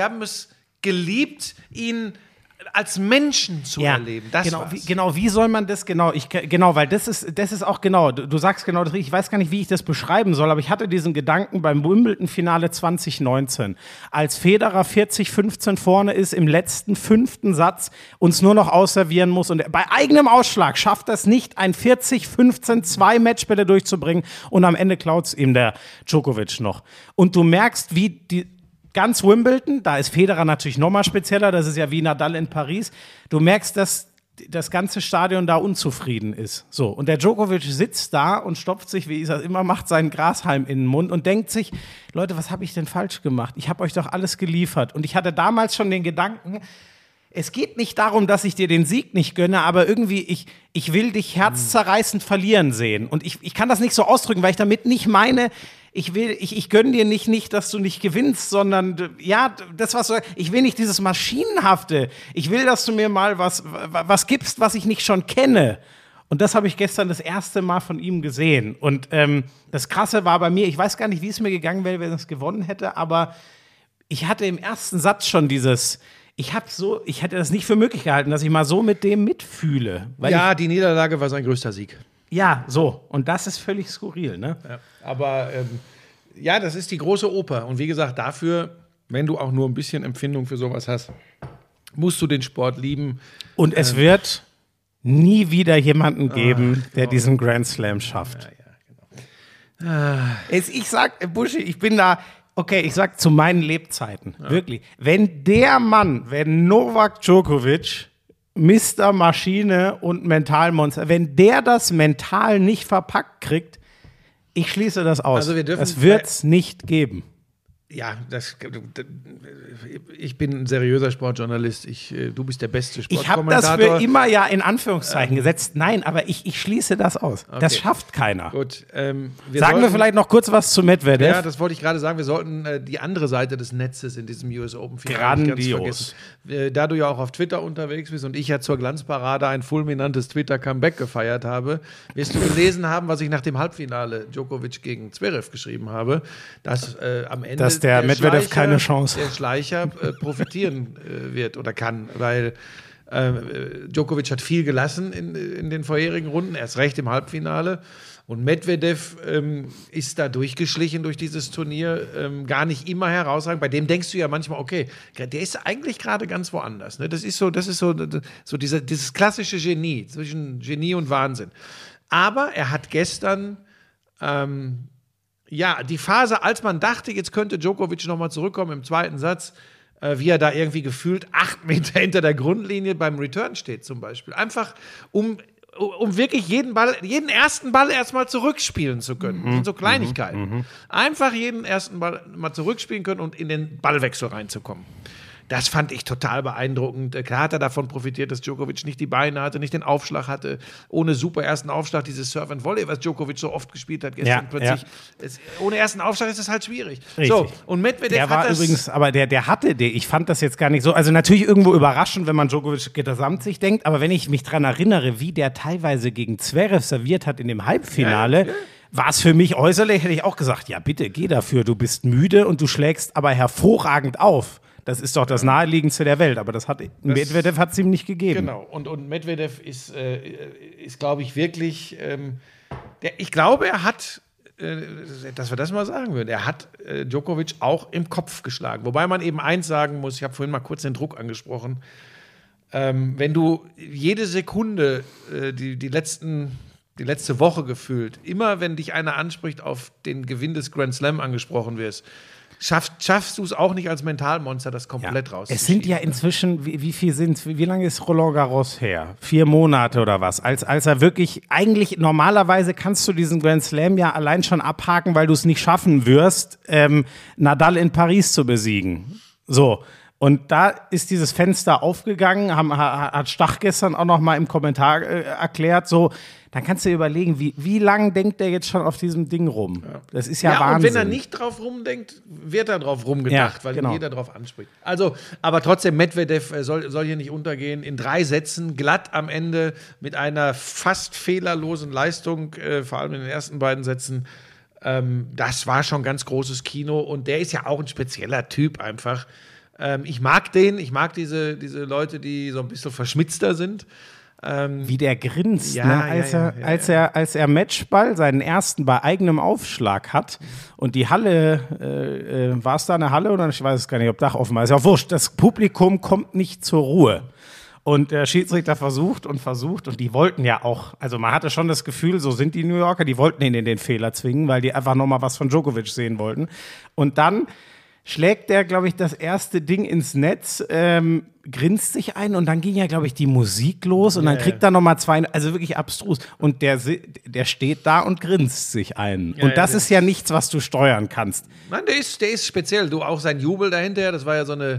geliebt, ihn als Menschen zu erleben. Wie soll man das weil das ist auch genau, du sagst genau das richtig, ich weiß gar nicht, wie ich das beschreiben soll, aber ich hatte diesen Gedanken beim Wimbledon-Finale 2019, als Federer 40-15 vorne ist, im letzten 5. Satz uns nur noch ausservieren muss und bei eigenem Ausschlag schafft das nicht, ein 40-15 2 Matchbälle durchzubringen und am Ende klaut's ihm der Djokovic noch. Und du merkst, wie ganz Wimbledon, da ist Federer natürlich nochmal spezieller, das ist ja wie Nadal in Paris. Du merkst, dass das ganze Stadion da unzufrieden ist. So, und der Djokovic sitzt da und stopft sich, wie er immer macht, seinen Grashalm in den Mund und denkt sich, Leute, was habe ich denn falsch gemacht? Ich habe euch doch alles geliefert. Und ich hatte damals schon den Gedanken, es geht nicht darum, dass ich dir den Sieg nicht gönne, aber irgendwie, ich will dich herzzerreißend verlieren sehen. Und ich kann das nicht so ausdrücken, weil ich damit nicht meine, ich gönne dir nicht, dass du nicht gewinnst, sondern, ja, das was so, ich will nicht dieses Maschinenhafte. Ich will, dass du mir mal was gibst, was ich nicht schon kenne. Und das habe ich gestern das erste Mal von ihm gesehen. Und das Krasse war bei mir, ich weiß gar nicht, wie es mir gegangen wäre, wenn es gewonnen hätte, aber ich hatte im ersten Satz schon ich hätte das nicht für möglich gehalten, dass ich mal so mit dem mitfühle. Weil die Niederlage war sein größter Sieg. ja, so. Und das ist völlig skurril, ne? Ja. Aber das ist die große Oper. Und wie gesagt, dafür, wenn du auch nur ein bisschen Empfindung für sowas hast, musst du den Sport lieben. Und es wird nie wieder jemanden geben, der diesen Grand Slam schafft. Ich sag, Buschi, ich bin da, okay, ich sag zu meinen Lebzeiten, wirklich, wenn Novak Djokovic, Mr. Maschine und Mentalmonster, wenn der das mental nicht verpackt kriegt, ich schließe das aus. Also das wird es nicht geben. Ja, ich bin ein seriöser Sportjournalist. Du bist der beste Sportkommentator. Ich habe das für immer ja in Anführungszeichen gesetzt. Nein, aber ich schließe das aus. Okay. Das schafft keiner. Gut. Sagen wir vielleicht noch kurz was zu Medvedev. Ja, das wollte ich gerade sagen. Wir sollten die andere Seite des Netzes in diesem US Open-Finale nicht ganz vergessen. Da du ja auch auf Twitter unterwegs bist und ich ja zur Glanzparade ein fulminantes Twitter-Comeback gefeiert habe, wirst du gelesen haben, was ich nach dem Halbfinale Djokovic gegen Zverev geschrieben habe, dass am Ende der Medvedev keine Chance. Der Schleicher profitieren wird oder kann, weil Djokovic hat viel gelassen in den vorherigen Runden, erst recht im Halbfinale. Und Medvedev ist da durchgeschlichen durch dieses Turnier, gar nicht immer herausragend. Bei dem denkst du ja manchmal, okay, der ist eigentlich gerade ganz woanders. Ne? Das ist so dieses klassische Genie, zwischen Genie und Wahnsinn. Aber er hat gestern die Phase, als man dachte, jetzt könnte Djokovic nochmal zurückkommen im zweiten Satz, wie er da irgendwie gefühlt 8 Meter hinter der Grundlinie beim Return steht zum Beispiel. Einfach, um wirklich jeden ersten Ball erstmal zurückspielen zu können. Das sind so Kleinigkeiten. Einfach jeden ersten Ball mal zurückspielen können und in den Ballwechsel reinzukommen. Das fand ich total beeindruckend. Klar hat er davon profitiert, dass Djokovic nicht die Beine hatte, nicht den Aufschlag hatte. Ohne super ersten Aufschlag, dieses Surf and Volley, was Djokovic so oft gespielt hat gestern plötzlich. Ohne ersten Aufschlag ist es halt schwierig. Richtig. So, und Medvedev der war übrigens, aber der hatte den. Ich fand das jetzt gar nicht so. Also natürlich irgendwo überraschend, wenn man Djokovic gesamt sich denkt. Aber wenn ich mich daran erinnere, wie der teilweise gegen Zverev serviert hat in dem Halbfinale, war es für mich äußerlich, hätte ich auch gesagt, ja bitte, geh dafür. Du bist müde und du schlägst aber hervorragend auf. Das ist doch das Naheliegendste der Welt, aber Medvedev hat es ihm nicht gegeben. Genau, und Medvedev ist glaube ich, wirklich, ich glaube, er hat, dass wir das mal sagen würden, er hat Djokovic auch im Kopf geschlagen. Wobei man eben eins sagen muss, ich habe vorhin mal kurz den Druck angesprochen, wenn du jede Sekunde, die letzte Woche gefühlt, immer wenn dich einer anspricht, auf den Gewinn des Grand Slam angesprochen wirst, schaffst du es auch nicht als Mentalmonster, das komplett raus. Es sind ja inzwischen, wie lange ist Roland Garros her? 4 Monate oder was? Als er wirklich, eigentlich normalerweise kannst du diesen Grand Slam ja allein schon abhaken, weil du es nicht schaffen wirst, Nadal in Paris zu besiegen. So. Und da ist dieses Fenster aufgegangen, hat Stach gestern auch noch mal im Kommentar erklärt, so, dann kannst du dir überlegen, wie lang denkt der jetzt schon auf diesem Ding rum? Ja. Das ist ja Wahnsinn. Und wenn er nicht drauf rumdenkt, wird er drauf rumgedacht, weil jeder drauf anspricht. Also, aber trotzdem, Medvedev soll hier nicht untergehen. In 3 Sätzen, glatt am Ende, mit einer fast fehlerlosen Leistung, vor allem in den ersten beiden Sätzen. Das war schon ganz großes Kino. Und der ist ja auch ein spezieller Typ einfach. Ich mag diese Leute, die so ein bisschen verschmitzter sind. Wie der grinst, als er Matchball, seinen ersten bei eigenem Aufschlag hat und die Halle, war es da eine Halle oder ich weiß es gar nicht, ob Dach offen war, ist ja auch wurscht, das Publikum kommt nicht zur Ruhe. Und der Schiedsrichter versucht und die wollten ja auch, also man hatte schon das Gefühl, so sind die New Yorker, die wollten ihn in den Fehler zwingen, weil die einfach nochmal was von Djokovic sehen wollten. Und dann schlägt der, glaube ich, das erste Ding ins Netz, grinst sich ein und dann ging ja, glaube ich, die Musik los und dann kriegt er nochmal 2, also wirklich abstrus. Und der steht da und grinst sich ein. Und das ist ja nichts, was du steuern kannst. Nein, der ist speziell. Du, auch sein Jubel dahinter, das war ja so eine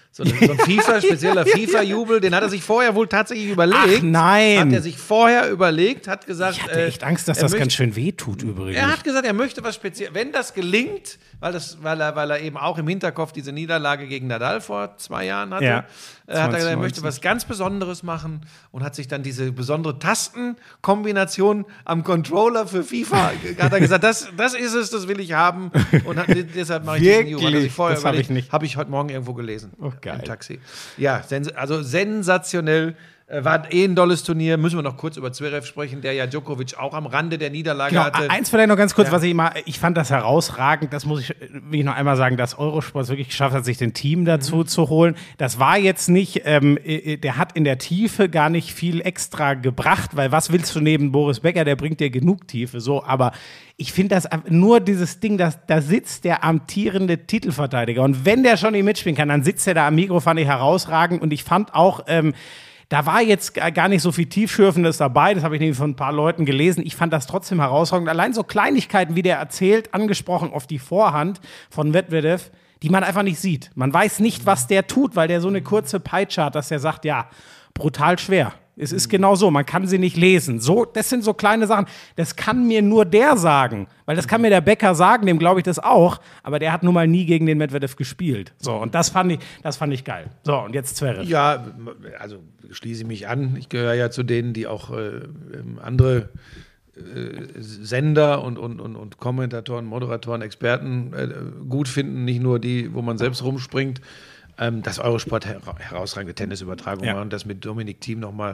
So ein FIFA, spezieller FIFA-Jubel, den hat er sich vorher wohl tatsächlich überlegt. Ach nein. Hat er sich vorher überlegt, hat gesagt. Ich hatte echt Angst, dass das ganz schön wehtut übrigens. Er hat gesagt, er möchte was Spezielles. Wenn das gelingt, weil er eben auch im Hinterkopf diese Niederlage gegen Nadal vor 2 Jahren hatte, hat er gesagt, er möchte was ganz Besonderes machen und hat sich dann diese besondere Tastenkombination am Controller für FIFA, hat er gesagt, das ist es, das will ich haben. Und deshalb mache ich diesen Jubel. Hat er sich vorher überlegt. Habe ich heute Morgen irgendwo gelesen. Oh, geil. Im Taxi. Ja, also sensationell. War ein dolles Turnier. Müssen wir noch kurz über Zverev sprechen, der ja Djokovic auch am Rande der Niederlage hatte. Eins vielleicht noch ganz kurz, ich fand das herausragend, das will ich noch einmal sagen, dass Eurosport es wirklich geschafft hat, sich den Team dazu zu holen. Das war jetzt nicht, der hat in der Tiefe gar nicht viel extra gebracht, weil was willst du neben Boris Becker, der bringt dir genug Tiefe, so, aber ich finde das nur dieses Ding, da sitzt der amtierende Titelverteidiger und wenn der schon nicht mitspielen kann, dann sitzt er da am Mikro, fand ich herausragend und ich fand auch, da war jetzt gar nicht so viel Tiefschürfendes dabei, das habe ich nämlich von ein paar Leuten gelesen. Ich fand das trotzdem herausragend. Allein so Kleinigkeiten, wie der erzählt, angesprochen auf die Vorhand von Medvedev, die man einfach nicht sieht. Man weiß nicht, was der tut, weil der so eine kurze Peitsche hat, dass der sagt, ja, brutal schwer. Es ist genau so, man kann sie nicht lesen. So, das sind so kleine Sachen, das kann mir nur der sagen, weil das kann mir der Becker sagen, dem glaube ich das auch, aber der hat nun mal nie gegen den Medvedev gespielt. So, und das fand ich geil. So, und jetzt Zverev. Ja, also schließe ich mich an. Ich gehöre ja zu denen, die auch andere Sender und Kommentatoren, Moderatoren, Experten gut finden, nicht nur die, wo man selbst rumspringt. Dass Eurosport herausragende Tennisübertragung war und das mit Dominik Thiem nochmal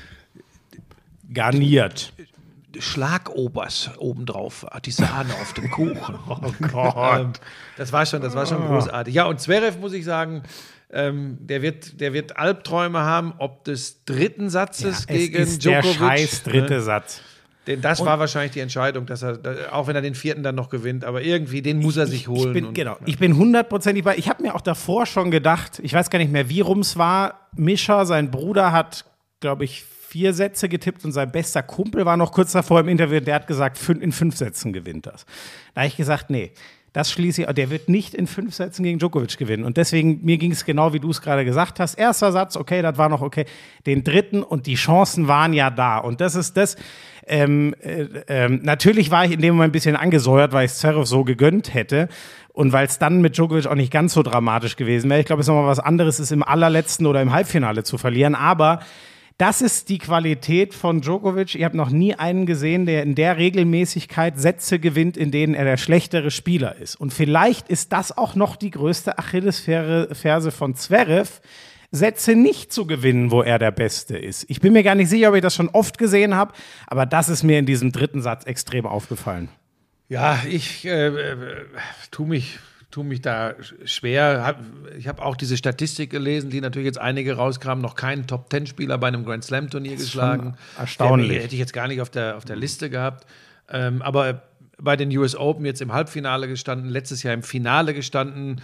garniert. Schlagobers obendrauf, die Sahne auf dem Kuchen. Oh Gott. Das war schon großartig. Ja, und Zverev, muss ich sagen, der wird Albträume haben, ob des dritten Satzes gegen ist Djokovic. Der scheiß dritte Satz. Denn das war wahrscheinlich die Entscheidung, dass er, auch wenn er den vierten dann noch gewinnt, aber irgendwie, den muss er sich holen. Ich bin 100%ig bei. Ich habe mir auch davor schon gedacht, ich weiß gar nicht mehr, wie rum es war. Mischa, sein Bruder, hat, glaube ich, 4 Sätze getippt und sein bester Kumpel war noch kurz davor im Interview, der hat gesagt, in 5 Sätzen gewinnt das. Da habe ich gesagt, nee. Das schließe ich, der wird nicht in 5 Sätzen gegen Djokovic gewinnen. Und deswegen, mir ging es genau, wie du es gerade gesagt hast. Erster Satz, okay, das war noch okay. Den dritten und die Chancen waren ja da. Und das ist das. Natürlich war ich in dem Moment ein bisschen angesäuert, weil ich Zverev so gegönnt hätte. Und weil es dann mit Djokovic auch nicht ganz so dramatisch gewesen wäre. Ich glaube, es ist nochmal was anderes, ist im allerletzten oder im Halbfinale zu verlieren. Aber das ist die Qualität von Djokovic. Ich habe noch nie einen gesehen, der in der Regelmäßigkeit Sätze gewinnt, in denen er der schlechtere Spieler ist. Und vielleicht ist das auch noch die größte Achillesferse von Zverev, Sätze nicht zu gewinnen, wo er der Beste ist. Ich bin mir gar nicht sicher, ob ich das schon oft gesehen habe, aber das ist mir in diesem dritten Satz extrem aufgefallen. Ja, ich tue mich da schwer. Ich habe auch diese Statistik gelesen, die natürlich jetzt einige rauskamen, noch keinen Top-10-Spieler bei einem Grand-Slam-Turnier geschlagen. Erstaunlich. Hätte ich jetzt gar nicht auf der Liste gehabt. Aber bei den US Open jetzt im Halbfinale gestanden, letztes Jahr im Finale gestanden.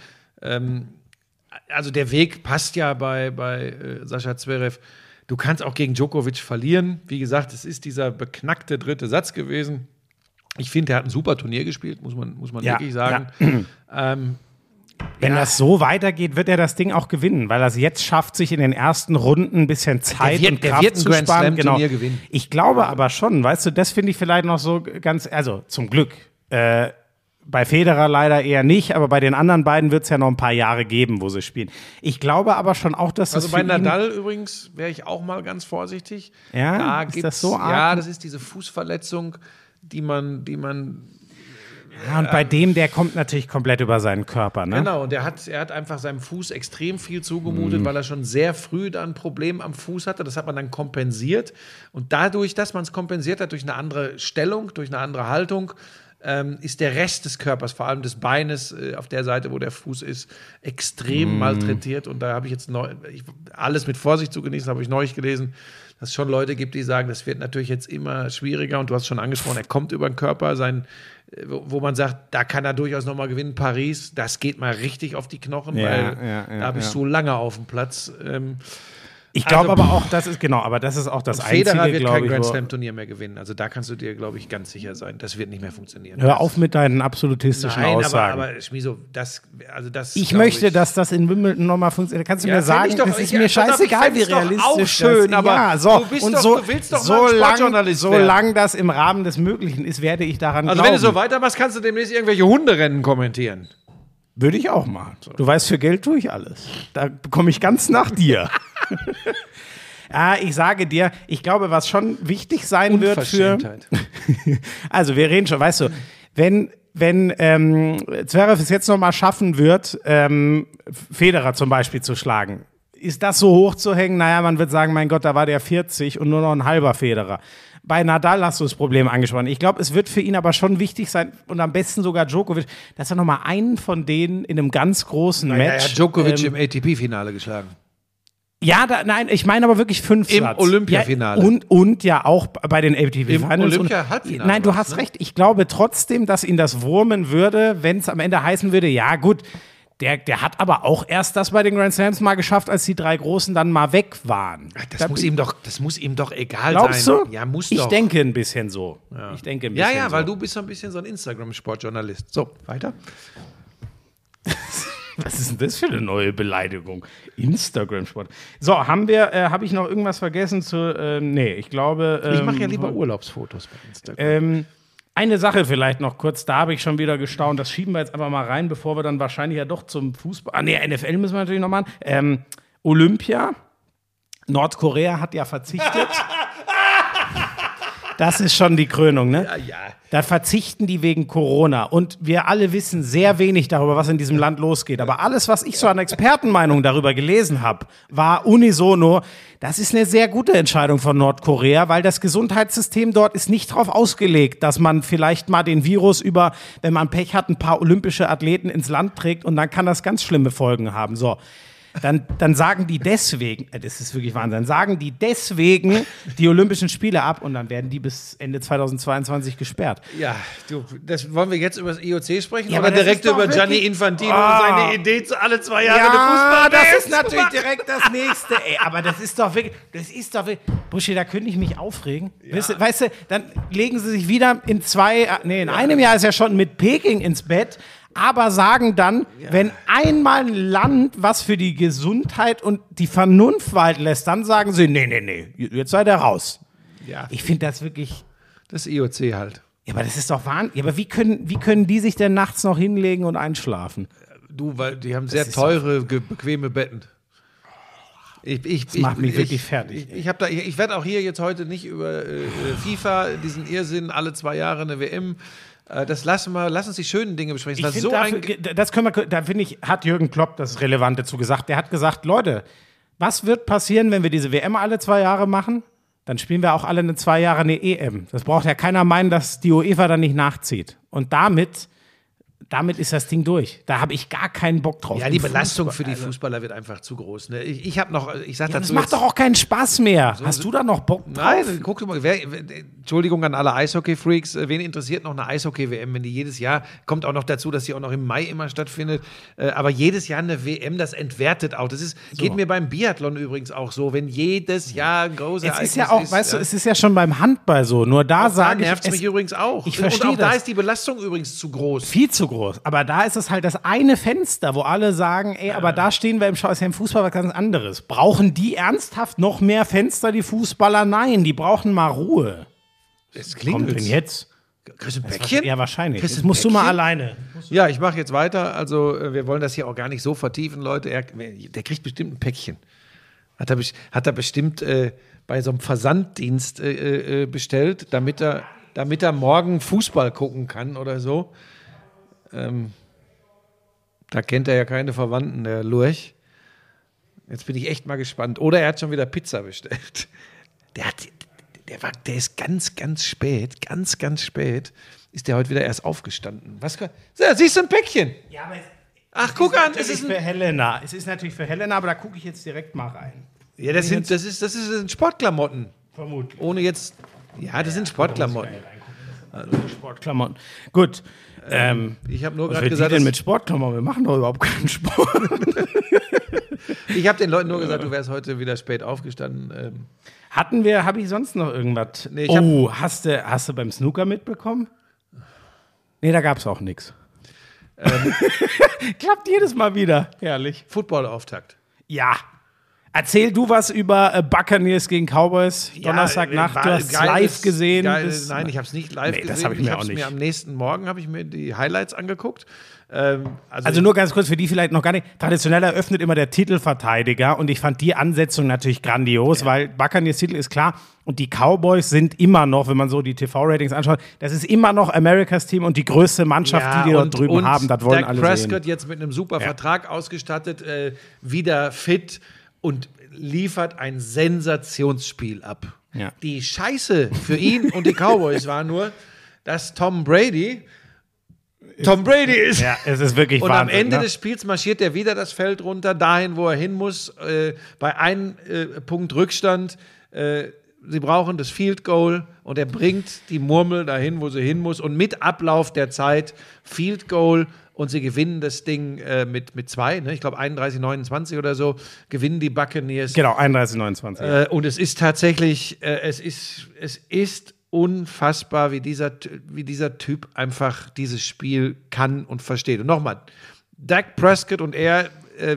Also der Weg passt ja bei Sascha Zverev. Du kannst auch gegen Djokovic verlieren. Wie gesagt, es ist dieser beknackte dritte Satz gewesen. Ich finde, er hat ein super Turnier gespielt, muss man wirklich sagen. Ja. Wenn das so weitergeht, wird er das Ding auch gewinnen, weil er es jetzt schafft, sich in den ersten Runden ein bisschen Zeit und Kraft zu sparen. Genau. Gewinnen. Ich glaube aber schon, weißt du, das finde ich vielleicht noch so ganz, also zum Glück. Bei Federer leider eher nicht, aber bei den anderen beiden wird es ja noch ein paar Jahre geben, wo sie spielen. Ich glaube aber schon auch, dass also bei Nadal übrigens wäre ich auch mal ganz vorsichtig. Ja, ist das so arg? Ja, das ist diese Fußverletzung, die man ja, und bei dem, der kommt natürlich komplett über seinen Körper, ne? Genau, und er hat einfach seinem Fuß extrem viel zugemutet, weil er schon sehr früh da ein Problem am Fuß hatte. Das hat man dann kompensiert. Und dadurch, dass man es kompensiert hat durch eine andere Stellung, durch eine andere Haltung, ist der Rest des Körpers, vor allem des Beines auf der Seite, wo der Fuß ist, extrem malträtiert. Und da habe ich jetzt alles mit Vorsicht zu genießen, habe ich neulich gelesen, dass es schon Leute gibt, die sagen, das wird natürlich jetzt immer schwieriger. Und du hast schon angesprochen, er kommt über den Körper, wo man sagt, da kann er durchaus nochmal gewinnen. Paris, das geht mal richtig auf die Knochen, weil da bist du lange auf dem Platz. Ich glaube aber auch, das ist auch das Federer Einzige, wird glaube kein ich. Grand Slam-Turnier mehr gewinnen. Also da kannst du dir, glaube ich, ganz sicher sein. Das wird nicht mehr funktionieren. Hör auf mit deinen absolutistischen Aussagen. aber Schmiso, das Ich möchte, dass das in Wimbledon nochmal funktioniert. Kannst du mir sagen, das ist mir scheißegal, wie realistisch auch schön, das ist. aber Ja, so. du willst doch mal Sportjournalist werden. Solange das im Rahmen des Möglichen ist, werde ich daran glauben. Also wenn du so weitermachst, kannst du demnächst irgendwelche Hunderennen kommentieren. Würde ich auch machen. Du weißt, für Geld tue ich alles. Da komme ich ganz nach dir. Ja, ich sage dir, ich glaube, was schon wichtig sein wird für... Also wir reden schon, weißt du, wenn Zverev es jetzt nochmal schaffen wird, Federer zum Beispiel zu schlagen, ist das so hoch zu hängen? Naja, man wird sagen, mein Gott, da war der 40 und nur noch ein halber Federer. Bei Nadal hast du das Problem angesprochen. Ich glaube, es wird für ihn aber schon wichtig sein und am besten sogar Djokovic, dass er nochmal einen von denen in einem ganz großen Match... Er hat Djokovic im ATP-Finale geschlagen. Ja, nein, ich meine aber wirklich 5 Im Olympiafinale. Ja, und ja auch bei den ATP-Finals. Im Olympia-Halbfinale. Nein, du hast recht. Ich glaube trotzdem, dass ihn das wurmen würde, wenn es am Ende heißen würde, ja gut, der hat aber auch erst das bei den Grand Slams mal geschafft, als die 3 Großen dann mal weg waren. Das muss ihm doch egal glaubst sein. Du? Ja, muss ich doch. denke ein bisschen so. Ja. Ich denke ein bisschen Ja, so. weil du bist so ein bisschen so ein Instagram-Sportjournalist. So, weiter. Was ist denn das für eine neue Beleidigung? Instagram-Sport. So, habe ich noch irgendwas vergessen zu, nee, ich glaube. Ich mache ja lieber Urlaubsfotos bei Instagram. Eine Sache vielleicht noch kurz, da habe ich schon wieder gestaunt, das schieben wir jetzt einfach mal rein, bevor wir dann wahrscheinlich ja doch zum Fußball, NFL müssen wir natürlich noch machen. Olympia, Nordkorea hat ja verzichtet. Das ist schon die Krönung, ne? Ja. Da verzichten die wegen Corona. Und wir alle wissen sehr wenig darüber, was in diesem Land losgeht. Aber alles, was ich so an Expertenmeinungen darüber gelesen habe, war unisono, das ist eine sehr gute Entscheidung von Nordkorea, weil das Gesundheitssystem dort ist nicht darauf ausgelegt, dass man vielleicht mal den Virus über, wenn man Pech hat, ein paar olympische Athleten ins Land trägt und dann kann das ganz schlimme Folgen haben. So. Dann sagen die deswegen, das ist wirklich Wahnsinn, sagen die deswegen die Olympischen Spiele ab und dann werden die bis Ende 2022 gesperrt. Ja, das wollen wir jetzt über das IOC sprechen Ja, oder aber das direkt ist doch über Gianni wirklich- Infantino und seine Idee zu alle 2 Jahre eine Ja, Fußball. das ist natürlich direkt das Nächste. Ey, aber das ist doch wirklich, Buschi, da könnte ich mich aufregen. Ja. Weißt du, dann legen sie sich wieder in einem Jahr ist ja schon mit Peking ins Bett. Aber sagen dann, wenn einmal ein Land was für die Gesundheit und die Vernunft walten lässt, dann sagen sie, nee, jetzt seid ihr raus. Ja, Ich finde das wirklich, das IOC halt. ja, aber das ist doch Wahnsinn. Ja, aber wie können die sich denn nachts noch hinlegen und einschlafen? Weil die haben sehr ist teure, bequeme Betten. Das macht mich wirklich fertig. Ich werde auch hier jetzt heute nicht über FIFA, diesen Irrsinn, alle 2 Jahre eine WM. Lass uns die schönen Dinge besprechen. Ich finde, da finde ich, hat Jürgen Klopp das Relevante zu gesagt. Der hat gesagt, Leute, was wird passieren, wenn wir diese WM alle 2 Jahre machen? Dann spielen wir auch alle 2 Jahre eine EM. Das braucht ja keiner meinen, dass die UEFA dann nicht nachzieht. Und damit ist das Ding durch. Da habe ich gar keinen Bock drauf. Ja, die Belastung für die Fußballer wird einfach zu groß. Ne? Ich sag das dazu macht doch auch keinen Spaß mehr. Hast du da noch Bock drauf? Nein, guck mal, Entschuldigung an alle Eishockey-Freaks, wen interessiert noch eine Eishockey-WM, wenn die jedes Jahr, kommt auch noch dazu, dass sie auch noch im Mai immer stattfindet, aber jedes Jahr eine WM, das entwertet auch. Geht mir beim Biathlon übrigens auch so, wenn jedes Jahr ein großes Es ist ja auch, weißt du, es ist ja schon beim Handball so, nur da sage ich, nervt es mich übrigens auch. Ich verstehe und auch da das. ist die Belastung übrigens zu groß. Viel zu groß. Aber da ist es halt das eine Fenster, wo alle sagen, ey, aber da stehen wir im Fußball was ganz anderes. Brauchen die ernsthaft noch mehr Fenster, die Fußballer? Nein, die brauchen mal Ruhe. Es Kommt denn jetzt? Kriegst du ein Päckchen? Ja, wahrscheinlich. Kriegst Das du ein musst du mal Päckchen? alleine. Ja, ich mache jetzt weiter. Also, wir wollen das hier auch gar nicht so vertiefen, Leute. Der kriegt bestimmt ein Päckchen. Hat er bestimmt bei so einem Versanddienst bestellt, damit er morgen Fußball gucken kann oder so. Da kennt er ja keine Verwandten, der Lurch. Jetzt bin ich echt mal gespannt. Oder er hat schon wieder Pizza bestellt. Der ist ganz spät, ganz spät, ist der heute wieder erst aufgestanden. Siehst du ein Päckchen? Ja, aber Ach, guck an, es ist für Helena. Es ist natürlich für Helena, aber da gucke ich jetzt direkt mal rein. Ja, das sind Sportklamotten. Vermutlich. Ohne jetzt, ja, das sind Sportklamotten. Sportklamotten. Gut. Ich habe nur Was gerade will gesagt, die denn mit Sportklamotten? Wir machen doch überhaupt keinen Sport. ich habe den Leuten nur gesagt, du wärst heute wieder spät aufgestanden. Habe ich sonst noch irgendwas? Nee, ich hast du beim Snooker mitbekommen? Nee, da gab es auch nichts. Klappt jedes Mal wieder. Herrlich. Football-Auftakt. Ja. Erzähl du was über Buccaneers gegen Cowboys Donnerstagnacht. Du hast es live gesehen. Nein, ich habe es nicht live gesehen. Das habe ich mir auch nicht. Am nächsten Morgen habe ich mir die Highlights angeguckt. Also nur ganz kurz für die vielleicht noch gar nicht. Traditionell eröffnet immer der Titelverteidiger und ich fand die Ansetzung natürlich grandios, weil Buccaneers Titel ist klar und die Cowboys sind immer noch, wenn man so die TV-Ratings anschaut, das ist immer noch Americas Team und die größte Mannschaft, die dort drüben haben, das wollen alle Prescott sehen. jetzt mit einem super Vertrag ausgestattet, wieder fit und liefert ein Sensationsspiel ab. Ja. Die Scheiße für ihn und die Cowboys war nur, dass Tom Brady ist. Ja, es ist wirklich Und Wahnsinn, am Ende ne? des Spiels marschiert er wieder das Feld runter, dahin, wo er hin muss, bei einem Punkt Rückstand. Sie brauchen das Field Goal und er bringt die Murmel dahin, wo sie hin muss. Und mit Ablauf der Zeit Field Goal und sie gewinnen das Ding mit 2, ne? Ich glaube 31-29 oder so, gewinnen die Buccaneers. Genau, 31-29. Und es ist tatsächlich, es ist unfassbar, wie dieser Typ einfach dieses Spiel kann und versteht. Und nochmal, Dak Prescott und er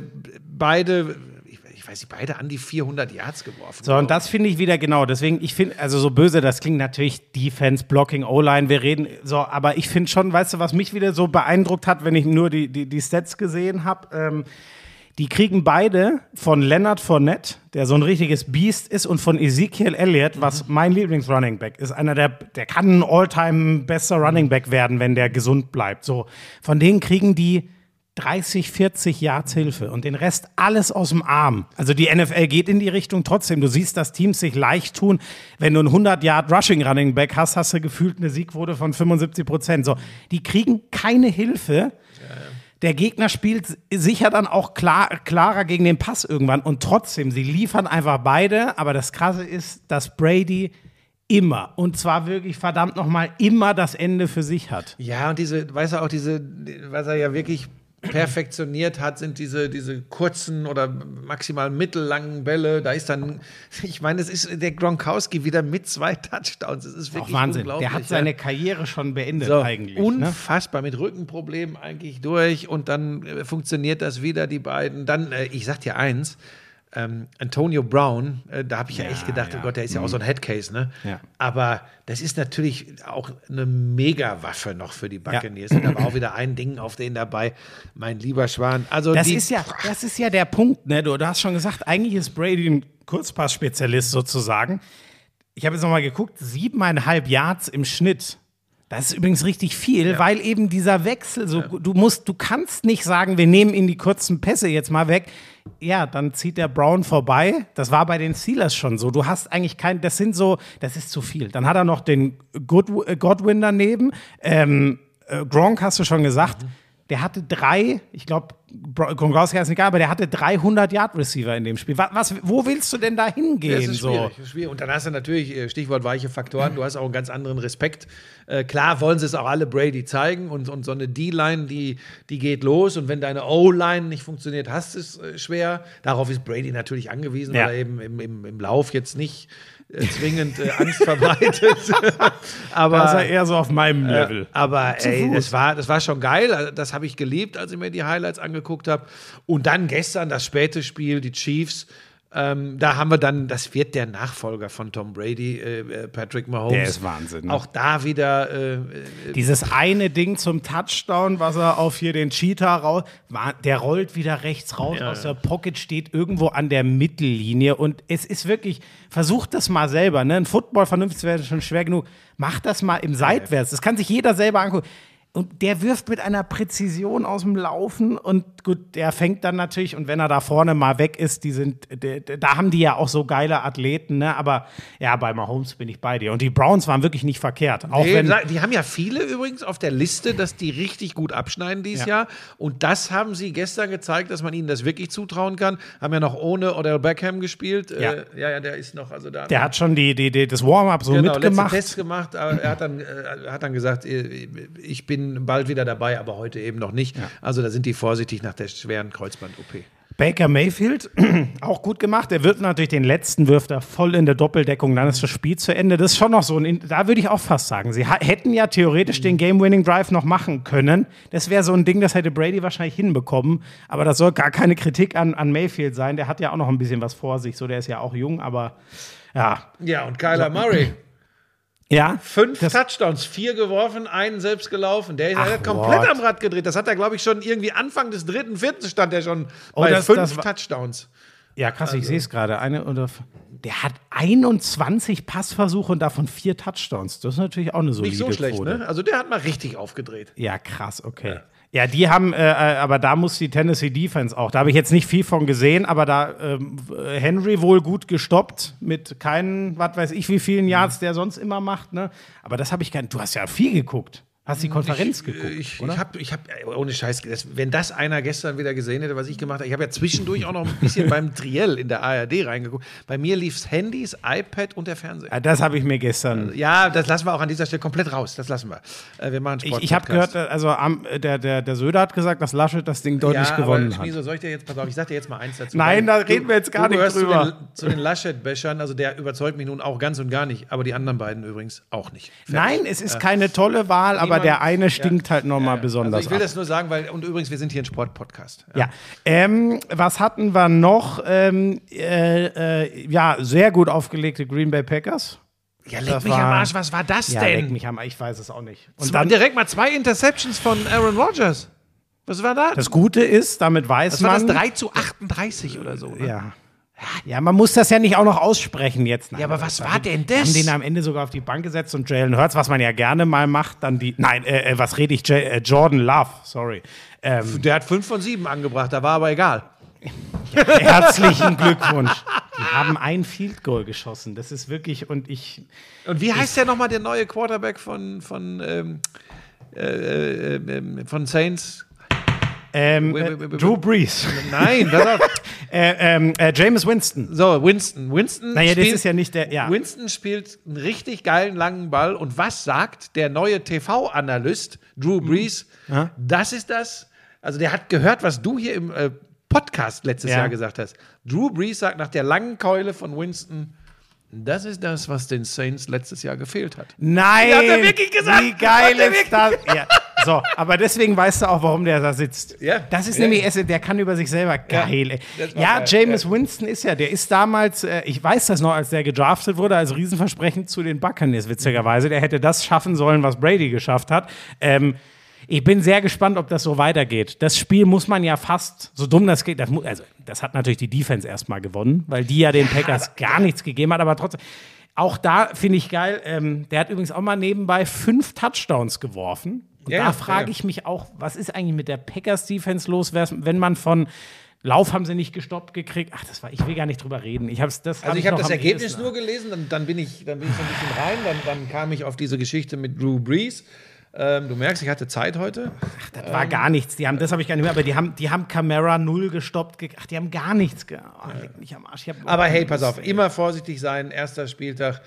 beide, ich weiß nicht, beide an die 400 Yards geworfen. So, und das finde ich wieder genau. Deswegen, ich finde, also so böse, das klingt natürlich Defense, Blocking, O-Line, wir reden so, aber ich finde schon, weißt du, was mich wieder so beeindruckt hat, wenn ich nur die Stats gesehen habe, die kriegen beide von Leonard Fournette, der so ein richtiges Biest ist, und von Ezekiel Elliott, was mein Lieblings-Running-Back ist. Einer der kann ein All-Time bester Running-Back werden, wenn der gesund bleibt. So, von denen kriegen die 30, 40 Yards Hilfe und den Rest alles aus dem Arm. Also die NFL geht in die Richtung trotzdem. Du siehst, dass Teams sich leicht tun. Wenn du einen 100-Yard-Rushing-Running-Back hast, hast du gefühlt eine Siegquote von 75%. So, die kriegen keine Hilfe. Der Gegner spielt sicher dann auch klarer gegen den Pass irgendwann. Und trotzdem, sie liefern einfach beide. Aber das Krasse ist, dass Brady immer, und zwar wirklich verdammt nochmal, immer das Ende für sich hat. Ja, und was er ja wirklich perfektioniert hat, sind diese kurzen oder maximal mittellangen Bälle. Da ist dann, ich meine, es ist der Gronkowski wieder mit 2 Touchdowns. Das ist wirklich auch Wahnsinn. unglaublich. Der hat seine Karriere schon beendet eigentlich. Unfassbar, mit Rückenproblemen eigentlich durch und dann funktioniert das wieder, die beiden. Dann, ich sag dir eins, Antonio Brown, da habe ich ja echt gedacht, oh Gott, der ist ja auch so ein Headcase, ne? Ja. Aber das ist natürlich auch eine Mega-Waffe noch für die Buccaneers. Und da war auch wieder ein Ding auf den dabei, mein lieber Schwan. Also das ist ja der Punkt, ne? Du hast schon gesagt, eigentlich ist Brady ein Kurzpass-Spezialist sozusagen. Ich habe jetzt nochmal geguckt, 7,5 Yards im Schnitt. Das ist übrigens richtig viel, weil eben dieser Wechsel, du kannst nicht sagen, wir nehmen ihn die kurzen Pässe jetzt mal weg. Ja, dann zieht der Brown vorbei. Das war bei den Steelers schon so. Du hast eigentlich das ist zu viel. Dann hat er noch den Godwin daneben. Gronk hast du schon gesagt. Der hatte 3, ich glaube, Gronkowski ist egal, aber der hatte 300-Yard-Receiver in dem Spiel. Wo willst du denn da hingehen? Das ist schwierig, das ist schwierig. Und dann hast du natürlich, Stichwort weiche Faktoren, du hast auch einen ganz anderen Respekt. Klar wollen sie es auch alle Brady zeigen und so eine D-Line, die geht los. Und wenn deine O-Line nicht funktioniert, hast du es schwer. Darauf ist Brady natürlich angewiesen, weil er eben im Lauf jetzt nicht zwingend Angst verbreitet. Aber das ist er eher so auf meinem Level. Aber das war schon geil. Das habe ich geliebt, als ich mir die Highlights angeguckt habe. Und dann gestern das späte Spiel, die Chiefs. Da haben wir dann, das wird der Nachfolger von Tom Brady, Patrick Mahomes. Der ist Wahnsinn. Ne? Auch da wieder. Dieses eine Ding zum Touchdown, was er auf hier den Cheetah raus, der rollt wieder rechts raus aus der Pocket, steht irgendwo an der Mittellinie. Und es ist wirklich, versucht das mal selber. Ne? Ein Football vernünftig zu werden ist schon schwer genug. Macht das mal im Seitwärts. Das kann sich jeder selber angucken. Und der wirft mit einer Präzision aus dem Laufen und gut, der fängt dann natürlich, und wenn er da vorne mal weg ist, da haben die ja auch so geile Athleten, ne? Aber ja, bei Mahomes bin ich bei dir. Und die Browns waren wirklich nicht verkehrt. Auch wenn, die haben ja viele übrigens auf der Liste, dass die richtig gut abschneiden dieses Jahr. Und das haben sie gestern gezeigt, dass man ihnen das wirklich zutrauen kann. Haben ja noch ohne Odell Beckham gespielt. Ja. Der ist noch, also da. Der hat schon das Warm-up so mitgemacht. Tests gemacht. Aber er hat dann gesagt, ich bin bald wieder dabei, aber heute eben noch nicht. Ja. Also da sind die vorsichtig nach der schweren Kreuzband-OP. Baker Mayfield, auch gut gemacht. Der wird natürlich den letzten, wirft er voll in der Doppeldeckung, dann ist das Spiel zu Ende. Das ist schon noch so da würde ich auch fast sagen, sie hätten ja theoretisch den Game-Winning-Drive noch machen können. Das wäre so ein Ding, das hätte Brady wahrscheinlich hinbekommen. Aber das soll gar keine Kritik an Mayfield sein. Der hat ja auch noch ein bisschen was vor sich. So, der ist ja auch jung, aber ja. Ja, und Kyler Murray. Ja, 5 Touchdowns, 4 geworfen, einen selbst gelaufen. Der ist komplett am Rad gedreht. Das hat er, glaube ich, schon irgendwie Anfang des 3., 4. stand er schon bei 5 Touchdowns. Ja, krass, ich sehe es gerade. Der hat 21 Passversuche und davon 4 Touchdowns. Das ist natürlich auch eine solide Nicht so schlecht, Quote. ne? Also der hat mal richtig aufgedreht. Ja, krass, okay. Ja, die haben, aber da muss die Tennessee Defense auch. Da habe ich jetzt nicht viel von gesehen, aber da Henry wohl gut gestoppt mit keinen, was weiß ich, wie vielen Yards der sonst immer macht, ne? Aber das habe ich du hast ja viel geguckt. Hast die Konferenz geguckt, oder? Ich hab ohne Scheiß, wenn das einer gestern wieder gesehen hätte, was ich gemacht habe, ich habe ja zwischendurch auch noch ein bisschen beim Triell in der ARD reingeguckt. Bei mir lief's Handys, iPad und der Fernseher. Ja, das habe ich mir gestern. Ja, das lassen wir auch an dieser Stelle komplett raus. Das lassen wir. Wir machen Sport. Ich habe gehört, also der Söder hat gesagt, dass Laschet das Ding deutlich gewonnen hat. Schmieso, soll ich dir jetzt, pass auf, ich sag dir jetzt mal eins dazu. Nein, da reden wir jetzt gar nicht drüber. Zu den Laschet-Bäschern, also der überzeugt mich nun auch ganz und gar nicht, aber die anderen beiden übrigens auch nicht. Nein, es ist keine tolle Wahl, aber der eine stinkt halt nochmal besonders. Also ich will das nur sagen, weil, und übrigens, wir sind hier ein Sportpodcast. Ja. Was hatten wir noch? Sehr gut aufgelegte Green Bay Packers. Ja, leck mich am Arsch, was war das denn? Leck mich am Arsch, ich weiß es auch nicht. Und dann direkt mal 2 Interceptions von Aaron Rodgers. Was war das? Das Gute ist, damit weiß man. Das war das 3:38 oder so, ne? Ja. Ja, man muss das ja nicht auch noch aussprechen jetzt. Nein, ja, aber was war denn das? Wir haben den am Ende sogar auf die Bank gesetzt und Jalen Hurts, was man ja gerne mal macht, dann Jordan Love, sorry. Der hat 5 von 7 angebracht, da war aber egal. Ja, herzlichen Glückwunsch. Die haben ein Field Goal geschossen, das ist wirklich, Und wie heißt der nochmal, der neue Quarterback von Saints? Drew Brees. Nein, pass auf. Jameis Winston. So, Winston. Naja, das ist ja nicht der. Ja. Winston spielt einen richtig geilen langen Ball. Und was sagt der neue TV-Analyst Drew Brees? Ja. Das ist das. Also, der hat gehört, was du hier im Podcast letztes Jahr gesagt hast. Drew Brees sagt nach der langen Keule von Winston: Das ist das, was den Saints letztes Jahr gefehlt hat. Nein! Hat er wirklich gesagt? Wie geil ist das? Ja. So, aber deswegen weißt du auch, warum der da sitzt. Ja. Das ist nämlich, der kann über sich selber geil. Ja, Jameis Winston der ist damals, ich weiß das noch, als der gedraftet wurde, als Riesenversprechen zu den Buccaneers, witzigerweise. Der hätte das schaffen sollen, was Brady geschafft hat. Ich bin sehr gespannt, ob das so weitergeht. Das Spiel muss man ja fast, so dumm das geht, das hat natürlich die Defense erstmal gewonnen, weil die ja den Packers gar nichts gegeben hat, aber trotzdem, auch da finde ich geil, der hat übrigens auch mal nebenbei 5 Touchdowns geworfen. Und da frage ich mich auch, was ist eigentlich mit der Packers-Defense los, wenn man von Lauf haben sie nicht gestoppt gekriegt. Ich will gar nicht drüber reden. Ich habe das Ergebnis nur gelesen, dann bin ich so ein bisschen rein, dann kam ich auf diese Geschichte mit Drew Brees. Du merkst, ich hatte Zeit heute. Das war gar nichts. Das habe ich gar nicht mehr, aber die haben Camara 0 gestoppt. Die haben gar nichts. Leck mich am Arsch. Aber hey, pass auf, immer vorsichtig sein, erster Spieltag.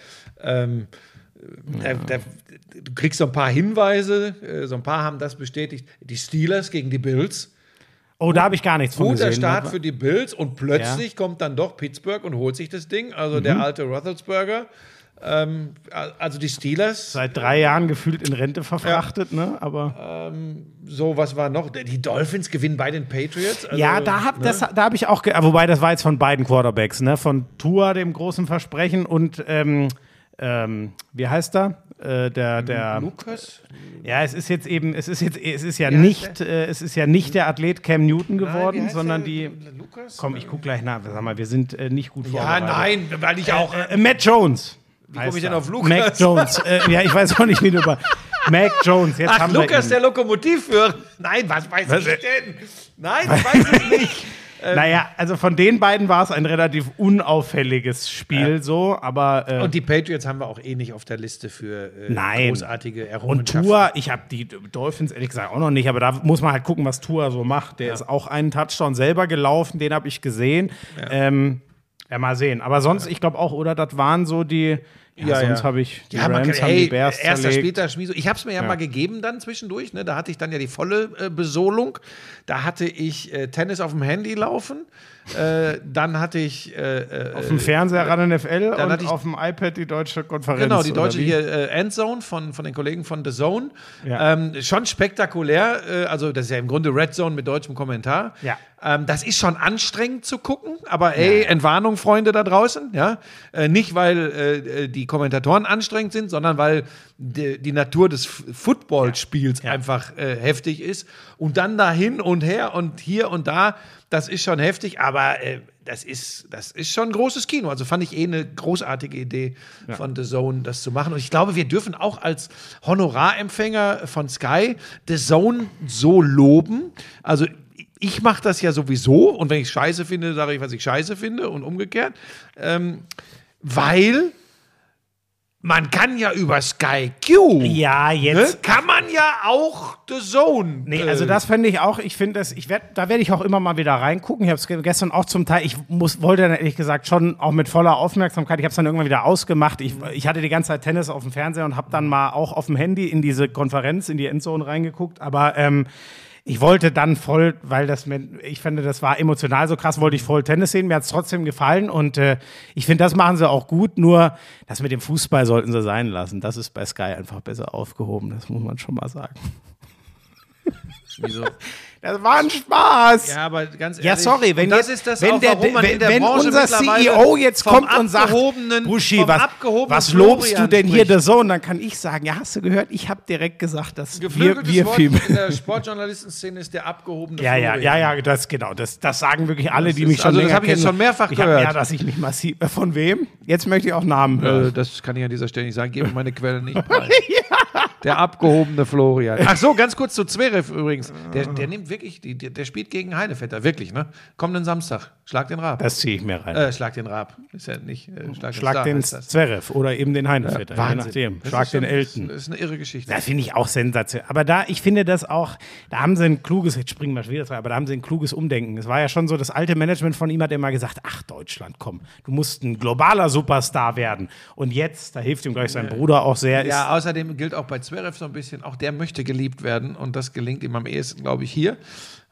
Du kriegst so ein paar Hinweise, so ein paar haben das bestätigt. Die Steelers gegen die Bills. Oh, da habe ich gar nichts von gesehen. Guter Start für die Bills und plötzlich kommt dann doch Pittsburgh und holt sich das Ding. Also der alte Roethlisberger. Also die Steelers. Seit 3 Jahren gefühlt in Rente verfrachtet, ne? Aber so, was war noch? Die Dolphins gewinnen bei den Patriots. Also, ja, da habe ich auch, wobei das war jetzt von beiden Quarterbacks, ne? Von Tua, dem großen Versprechen, und wie heißt er? Der Lukas? Ja, es ist ja nicht der Athlet Cam Newton geworden, sondern Lukas? Komm, ich guck gleich nach. Sag mal, wir sind nicht gut vorbereitet. Ja, nein, weil ich auch. Matt Jones. Wie komme ich denn auf Lukas? Mac Jones. Ja, ich weiß auch nicht, wie du Mac Jones, jetzt Ach, haben Lukas, wir der ihn. Lokomotivführer. Nein, was weiß ich denn? Nein, ich weiß es nicht. Naja, also von den beiden war es ein relativ unauffälliges Spiel so, aber Und die Patriots haben wir auch eh nicht auf der Liste für Nein. großartige und Errungenschaften. Tua, ich habe die Dolphins ehrlich gesagt auch noch nicht, aber da muss man halt gucken, was Tua so macht. Der ist auch einen Touchdown selber gelaufen, den habe ich gesehen. Ja, mal sehen. Aber sonst, ich glaube auch, oder das waren so die, sonst habe ich die Rams, haben die Bears erster zerlegt. Spieltag, Schmieso. Ich habe es mir ja mal gegeben dann zwischendurch. Ne? Da hatte ich dann ja die volle Besolung. Da hatte ich Tennis auf dem Handy laufen. Dann hatte ich Auf dem Fernseher ran NFL dann und hatte ich- auf dem iPad die deutsche Konferenz. Genau, die oder deutsche wie? hier Endzone von den Kollegen von The Zone. Ja. Schon spektakulär. Also, das ist ja im Grunde Red Zone mit deutschem Kommentar. Ja. Das ist schon anstrengend zu gucken, aber ey, Entwarnung, Freunde da draußen. Ja? Nicht, weil die Kommentatoren anstrengend sind, sondern weil die Natur des Footballspiels einfach heftig ist. Und dann da hin und her und hier und da, das ist schon heftig, aber das ist schon ein großes Kino. Also fand ich eine großartige Idee von The Zone, das zu machen. Und ich glaube, wir dürfen auch als Honorarempfänger von Sky The Zone so loben. Also ich mache das ja sowieso und wenn ich scheiße finde, sage ich, was ich scheiße finde und umgekehrt. Weil man kann ja über Sky Q, Ja, ne, jetzt. kann man ja auch The Zone. Nee, also das fände ich auch, ich finde das, da werde ich auch immer mal wieder reingucken. Ich habe es gestern auch zum Teil, wollte dann ehrlich gesagt schon auch mit voller Aufmerksamkeit, ich habe es dann irgendwann wieder ausgemacht. Ich hatte die ganze Zeit Tennis auf dem Fernseher und habe dann mal auch auf dem Handy in diese Konferenz, in die Endzone reingeguckt, aber ich wollte dann voll, weil ich finde, das war emotional so krass, wollte ich voll Tennis sehen. Mir hat es trotzdem gefallen und ich finde, das machen sie auch gut. Nur das mit dem Fußball sollten sie sein lassen. Das ist bei Sky einfach besser aufgehoben. Das muss man schon mal sagen. Wieso? Das war ein Spaß. Ja, aber ganz ehrlich. Ja, sorry, wenn und das jetzt, ist das wenn, auch, der, warum man in der wenn Branche unser mittlerweile CEO jetzt vom kommt und sagt, abgehobenen- Buschi, vom was abgehobenen lobst du Florian denn hier spricht. der Sohn? Dann kann ich sagen, ja, hast du gehört? Ich habe direkt gesagt, dass Geflügeltes wir Wort viel in der Sportjournalistenszene ist der abgehobene Florian. Ja, das sagen wirklich alle, die mich schon also das länger habe ich jetzt kennen. schon mehrfach Ich hab- gehört. Ja, dass ich mich massiv, von wem? Jetzt möchte ich auch Namen hören. Das kann ich an dieser Stelle nicht sagen. Gebe meine Quellen nicht preis. Der abgehobene Florian. Ach so, ganz kurz zu Zverev übrigens. Der nimmt wirklich, der spielt gegen Heinevetter, wirklich, ne? Kommenden Samstag. Schlag den Rab. Das ziehe ich mir rein. Schlag den Rab. Ist ja nicht Schlag den heißt das. Zverev oder eben den Heinevetter, je Wahnsinn. nachdem. Das Schlag ist schon- den Elton. Das ist eine irre Geschichte. Das finde ich auch sensationell. Aber ich finde das auch, da haben sie ein kluges, jetzt springen wir schon wieder, aber da haben sie ein kluges Umdenken. Es war ja schon so, das alte Management von ihm hat immer gesagt, ach Deutschland, komm, du musst ein globaler Superstar werden. Und jetzt, da hilft ihm, glaube ich, sein Bruder auch sehr. Ja, außerdem gilt auch bei Zverev so ein bisschen, auch der möchte geliebt werden und das gelingt ihm am ehesten, glaube ich, hier.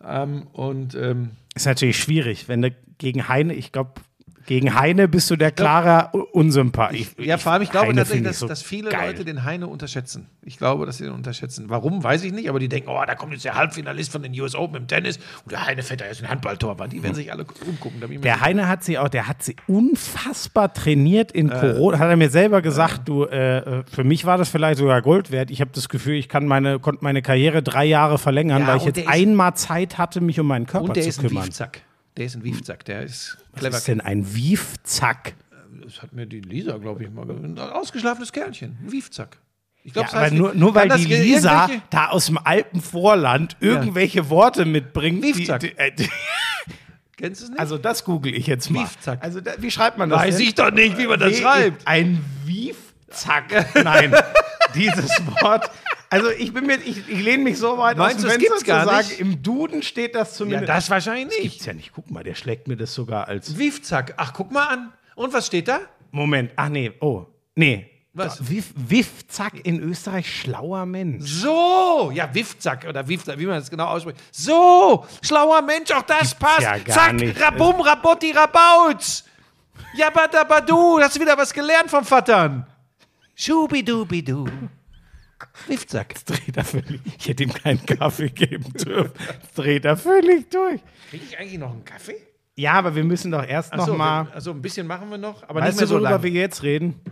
Ist natürlich schwierig, wenn du gegen Heine, ich glaube, gegen Heine bist du der klare Unsympath. Ja, vor allem, ich glaube Heine tatsächlich, finde ich so dass viele geil. Leute den Heine unterschätzen. Ich glaube, dass sie den unterschätzen. Warum, weiß ich nicht, aber die denken, oh, da kommt jetzt der Halbfinalist von den US Open im Tennis und der Heinevetter ist ein Handballtorwart. Die werden sich alle umgucken. Da bin ich mir Der sicher. Heine der hat sie unfassbar trainiert in Corona. Hat er mir selber gesagt, für mich war das vielleicht sogar Gold wert. Ich habe das Gefühl, ich konnte meine Karriere 3 Jahre verlängern, Ja, weil ich und jetzt der ist- einmal Zeit hatte, mich um meinen Körper Und der zu ist ein kümmern. Wiefzack. Der ist ein Wiefzack. Der ist Was clever. ist denn ein Wiefzack? Das hat mir die Lisa, glaube ich, mal gesagt. Ein ausgeschlafenes Kerlchen. Ein Wiefzack. Ich Ja, glaube, aber nur weil die Lisa da aus dem Alpenvorland irgendwelche Worte mitbringt. Wiefzack. Kennst du es nicht? Also das google ich jetzt mal. Wiefzack. Also wie schreibt man das weiß denn? ich doch nicht, wie man das schreibt. Ein Wiefzack. Nein, dieses Wort. Also ich lehne mich so weit Meinst aus du, dem es Fenster gibt's zu gar sagen, nicht? im Duden steht das Ja, zumindest. das wahrscheinlich nicht. gibt's ja nicht. Guck mal, der schlägt mir das sogar als... Wiefzack. Ach, guck mal an. Und was steht da? Moment, ach nee, nee. Was? Wiffzack in Österreich, schlauer Mensch. So, ja, Wiffzack oder Wiffzack, wie man das genau ausspricht. So, schlauer Mensch, auch das passt. ja gar Zack, nicht. Rabum, Rabotti, Rabautz. Jabadabadu, hast du wieder was gelernt vom Vatern. Schubidubidu. Wiffzack. Dreht er völlig. Ich hätte ihm keinen Kaffee geben dürfen. Jetzt dreht er völlig durch. Kriege ich eigentlich noch einen Kaffee? Ja, aber wir müssen doch erst noch mal... Also ein bisschen machen wir noch, aber Weißt nicht du, mehr so worüber lange. wir jetzt reden?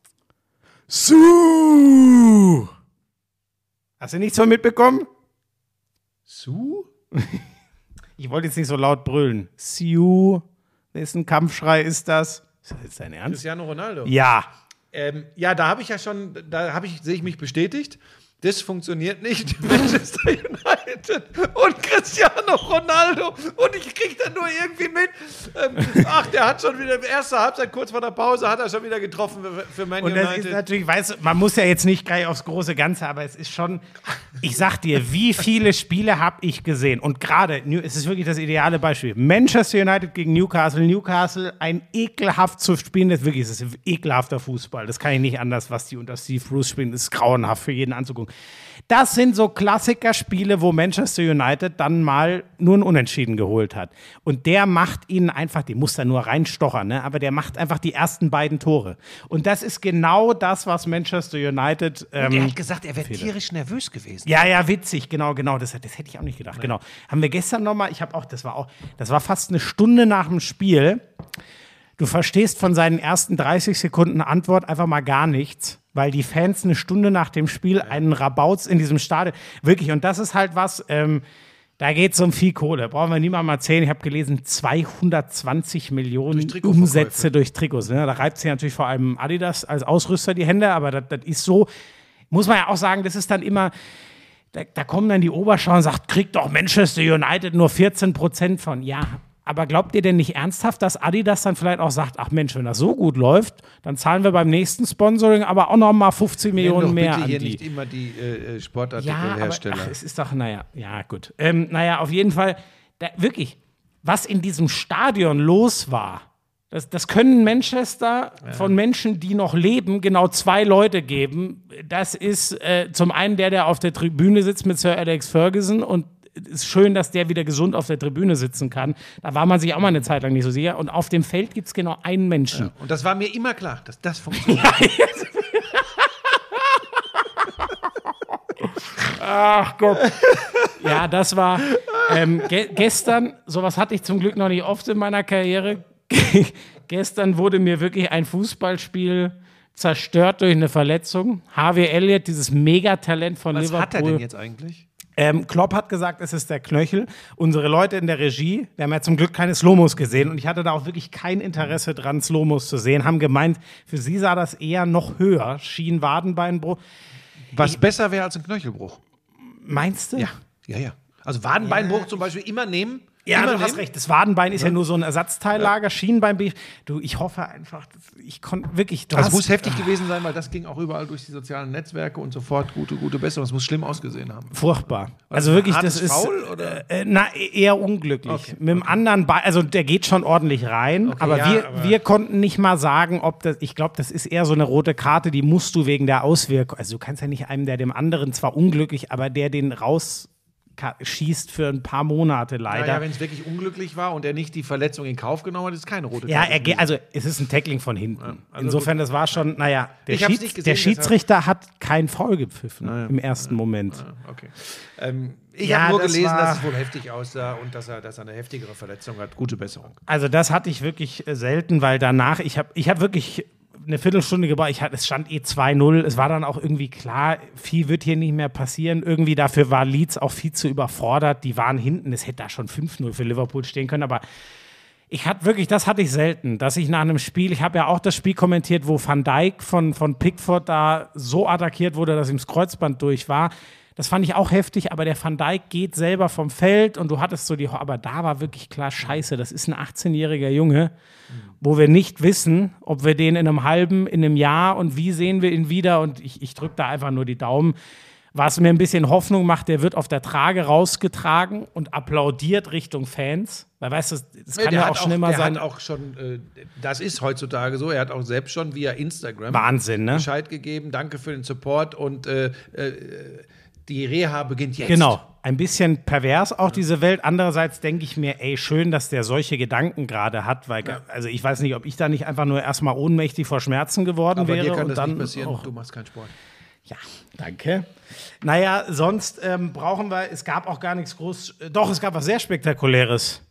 Sue! Hast du nichts von mitbekommen? Su? Ich wollte jetzt nicht so laut brüllen. Sue, wessen Kampfschrei ist das? Ist das jetzt dein Ernst? Cristiano Ronaldo. Ja. Ja, da habe ich ja schon, sehe ich mich bestätigt. Das funktioniert nicht. Manchester United und Cristiano Ronaldo. Und ich kriege dann nur irgendwie mit, der hat schon wieder, erste Halbzeit, kurz vor der Pause, hat er schon wieder getroffen für Man United. Und das ist natürlich, weißt du, man muss ja jetzt nicht gleich aufs große Ganze, aber es ist schon, ich sag dir, wie viele Spiele habe ich gesehen? Und gerade, es ist wirklich das ideale Beispiel. Manchester United gegen Newcastle. Newcastle, ein ekelhaft zu spielen, das wirklich, es ist ekelhafter Fußball. Das kann ich nicht anders, was die unter Steve Bruce spielen. Das ist grauenhaft für jeden anzugucken. Das sind so Klassikerspiele, wo Manchester United dann mal nur ein Unentschieden geholt hat. Und der macht ihnen einfach, die muss da nur reinstochern, ne? Aber der macht einfach die ersten beiden Tore. Und das ist genau das, was Manchester United. Er hat gesagt, er wäre tierisch nervös gewesen. Ja, witzig, genau. Das hätte ich auch nicht gedacht. Genau. Haben wir gestern nochmal, das war fast eine Stunde nach dem Spiel. Du verstehst von seinen ersten 30 Sekunden Antwort einfach mal gar nichts, weil die Fans eine Stunde nach dem Spiel einen Rabauz in diesem Stadion, wirklich, und das ist halt was, da geht es um viel Kohle, brauchen wir niemandem erzählen, ich habe gelesen, 220 Millionen Umsätze durch Trikots, ne? Da reibt sich natürlich vor allem Adidas als Ausrüster die Hände, aber das ist so, muss man ja auch sagen, das ist dann immer, da kommen dann die Oberschau und sagt, kriegt doch Manchester United nur 14% von, ja. Aber glaubt ihr denn nicht ernsthaft, dass Adidas dann vielleicht auch sagt, ach Mensch, wenn das so gut läuft, dann zahlen wir beim nächsten Sponsoring aber auch noch mal 50 Millionen mehr bitte an hier die. nicht immer die Sportartikelhersteller. Ja, es ist doch, ja gut. Auf jeden Fall, wirklich, was in diesem Stadion los war, das können Manchester von Menschen, die noch leben, genau 2 Leute geben. Das ist zum einen der auf der Tribüne sitzt mit Sir Alex Ferguson und es ist schön, dass der wieder gesund auf der Tribüne sitzen kann. Da war man sich auch mal eine Zeit lang nicht so sicher. Und auf dem Feld gibt es genau einen Menschen. Ja, und das war mir immer klar, dass das funktioniert. Ach Gott. Ja, das war gestern, sowas hatte ich zum Glück noch nicht oft in meiner Karriere. Gestern wurde mir wirklich ein Fußballspiel zerstört durch eine Verletzung. Harvey Elliott, dieses Megatalent von Liverpool. Was hat er denn jetzt eigentlich? Klopp hat gesagt, es ist der Knöchel. Unsere Leute in der Regie, wir haben ja zum Glück keine Slomos gesehen und ich hatte da auch wirklich kein Interesse dran, Slomos zu sehen, haben gemeint, für sie sah das eher noch höher, Schien-Wadenbeinbruch. Was besser wäre als ein Knöchelbruch. Meinst du? Ja. Also Wadenbeinbruch zum Beispiel immer nehmen. Ja, du hast recht. Das Wadenbein ist ja nur so ein Ersatzteillager. Schienenbein. Du, ich hoffe einfach, ich konnte wirklich. Das muss heftig gewesen sein, weil das ging auch überall durch die sozialen Netzwerke und sofort gute Besserung. Das muss schlimm ausgesehen haben. Furchtbar. Also wirklich, das ist. Faul, oder? Eher unglücklich. Okay. Mit dem anderen Bein, also der geht schon ordentlich rein, aber wir konnten nicht mal sagen, ob das. Ich glaube, das ist eher so eine rote Karte, die musst du wegen der Auswirkung. Also du kannst ja nicht einem, der dem anderen zwar unglücklich, aber der den schießt für ein paar Monate leider. Ja, wenn es wirklich unglücklich war und er nicht die Verletzung in Kauf genommen hat, ist keine rote Karte. Ja, also es ist ein Tackling von hinten. Ja, also insofern, gut. Das war schon, der Schiedsrichter hat kein Foul gepfiffen im ersten Moment. Okay. Ich habe nur gelesen, dass es wohl heftig aussah und dass er eine heftigere Verletzung hat. Gute Besserung. Also das hatte ich wirklich selten, weil danach, ich hab wirklich eine Viertelstunde gebraucht, es stand 2-0, es war dann auch irgendwie klar, viel wird hier nicht mehr passieren, irgendwie dafür war Leeds auch viel zu überfordert, die waren hinten, es hätte da schon 5-0 für Liverpool stehen können, aber das hatte ich selten, dass ich nach einem Spiel, ich habe ja auch das Spiel kommentiert, wo Van Dijk von Pickford da so attackiert wurde, dass ihm das Kreuzband durch war. Das fand ich auch heftig, aber der Van Dijk geht selber vom Feld und du hattest so aber da war wirklich klar, scheiße, das ist ein 18-jähriger Junge, wo wir nicht wissen, ob wir den in einem Jahr und wie sehen wir ihn wieder und ich drücke da einfach nur die Daumen. Was mir ein bisschen Hoffnung macht, der wird auf der Trage rausgetragen und applaudiert Richtung Fans. Weil, weißt du, das kann ja auch schon immer sein. Hat auch schon, das ist heutzutage so, er hat auch selbst schon via Instagram Wahnsinn, ne? Bescheid gegeben, danke für den Support und die Reha beginnt jetzt. Genau, ein bisschen pervers auch diese Welt. Andererseits denke ich mir, schön, dass der solche Gedanken gerade hat, weil, also ich weiß nicht, ob ich da nicht einfach nur erstmal ohnmächtig vor Schmerzen geworden wäre. Aber dir kann und das dann nicht passieren, du machst keinen Sport. Ja, danke. Naja, sonst brauchen wir, es gab auch gar nichts groß, doch, es gab was sehr Spektakuläres.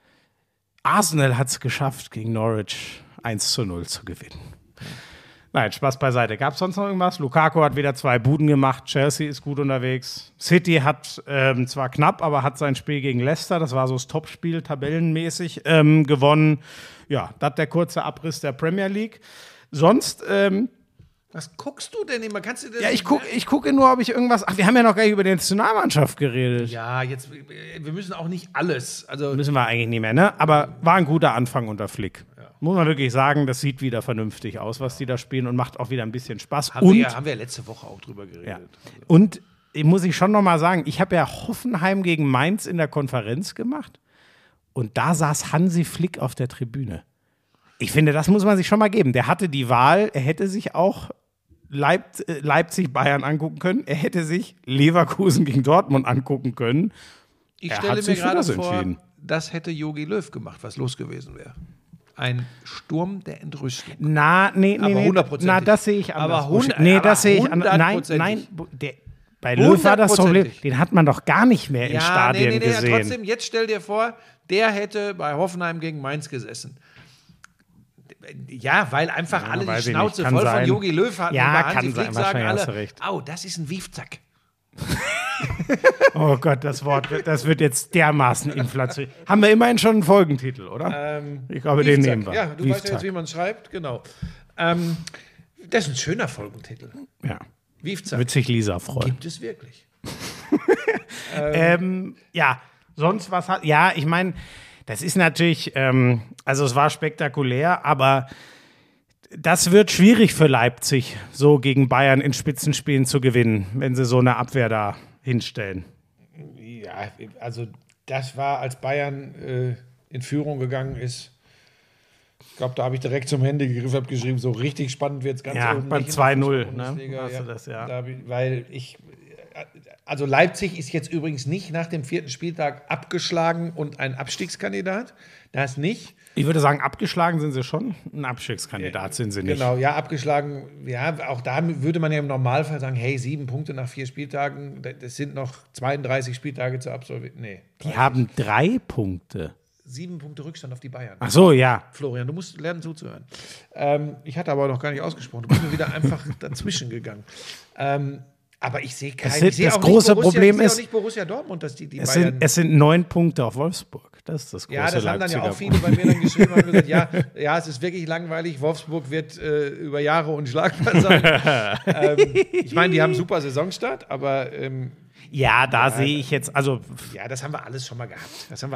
Arsenal hat es geschafft, gegen Norwich 1-0 zu gewinnen. Nein, Spaß beiseite. Gab es sonst noch irgendwas? Lukaku hat wieder 2 Buden gemacht. Chelsea ist gut unterwegs. City hat zwar knapp, aber hat sein Spiel gegen Leicester, das war so das Topspiel, tabellenmäßig, gewonnen. Ja, das der kurze Abriss der Premier League. Sonst Was guckst du denn immer? Kannst du das Ja, ich gucke nur, ob ich irgendwas. Ach, wir haben ja noch gar nicht über die Nationalmannschaft geredet. Ja, jetzt, wir müssen auch nicht alles. Also, Müssen wir eigentlich nicht mehr, ne? Aber war ein guter Anfang unter Flick. Muss man wirklich sagen, das sieht wieder vernünftig aus, was die da spielen und macht auch wieder ein bisschen Spaß. haben wir ja letzte Woche auch drüber geredet. Ja. Und muss ich schon noch mal sagen, ich habe ja Hoffenheim gegen Mainz in der Konferenz gemacht und da saß Hansi Flick auf der Tribüne. Ich finde, das muss man sich schon mal geben. Der hatte die Wahl, er hätte sich auch Leipzig-Bayern angucken können, er hätte sich Leverkusen gegen Dortmund angucken können. Ich Er stelle hat mir sich für gerade das vor, entschieden. das hätte Jogi Löw gemacht, was los gewesen wäre. Ein Sturm der Entrüstung. Aber hundertprozentig. Das sehe ich anders. Aber das sehe ich anders. Nein, hundertprozentig. bei Löw war das Problem, Hundertprozentig. den hat man doch gar nicht mehr in Stadien gesehen. Ja, trotzdem, jetzt stell dir vor, der hätte bei Hoffenheim gegen Mainz gesessen. Ja, weil einfach alle die weiß ich Schnauze nicht. Kann voll von sein. Jogi Löw hatten. Ja, und bei Hansi kann Flick sein. sagen Wahrscheinlich hast du alle, recht. oh, das ist ein Wiefzack. Oh Gott, das Wort, das wird jetzt dermaßen inflationär. Haben wir immerhin schon einen Folgentitel, oder? Ich glaube, den Wiefzack. nehmen wir. Ja, du weißt ja Wiefzack. jetzt, wie man schreibt, genau. Das ist ein schöner Folgentitel. Ja. Wiefzack. Wird sich Lisa freuen. Gibt es wirklich. Ja, sonst was hat. Ja, ich meine, das ist natürlich, also es war spektakulär, aber das wird schwierig für Leipzig, so gegen Bayern in Spitzenspielen zu gewinnen, wenn sie so eine Abwehr da hinstellen. Ja, also das war, als Bayern in Führung gegangen ist. Ich glaube, da habe ich direkt zum Handy gegriffen, habe geschrieben, so richtig spannend wird es ganz Ja, oben beim nicht in der 2-0, Fußball-Bundesliga. ne? Hast du das, ja. Weil also Leipzig ist jetzt übrigens nicht nach dem 4. Spieltag abgeschlagen und ein Abstiegskandidat. Das nicht. Ich würde sagen, abgeschlagen sind sie schon. Ein Abstiegskandidat sind sie nicht. Genau, ja, abgeschlagen. Ja, auch da würde man ja im Normalfall sagen, hey, 7 Punkte nach 4 Spieltagen, das sind noch 32 Spieltage zu absolvieren. Nee, Die haben 3 Punkte. 7 Punkte Rückstand auf die Bayern. Ach so, ja. Florian, du musst lernen zuzuhören. Ich hatte aber noch gar nicht ausgesprochen. Du bist mir wieder einfach dazwischen gegangen. Aber ich sehe kein. Das große Problem ist, auch nicht Borussia Dortmund, dass die Es sind 9 Punkte auf Wolfsburg. Das ist das große Ja, das haben dann ja Leipziger auch viele bei mir dann geschrieben und gesagt, ja, es ist wirklich langweilig. Wolfsburg wird über Jahre unschlagbar sein. Ich meine, die haben einen super Saisonstart, aber Ja, da sehe ich jetzt, also ja, das haben wir alles schon mal gehabt.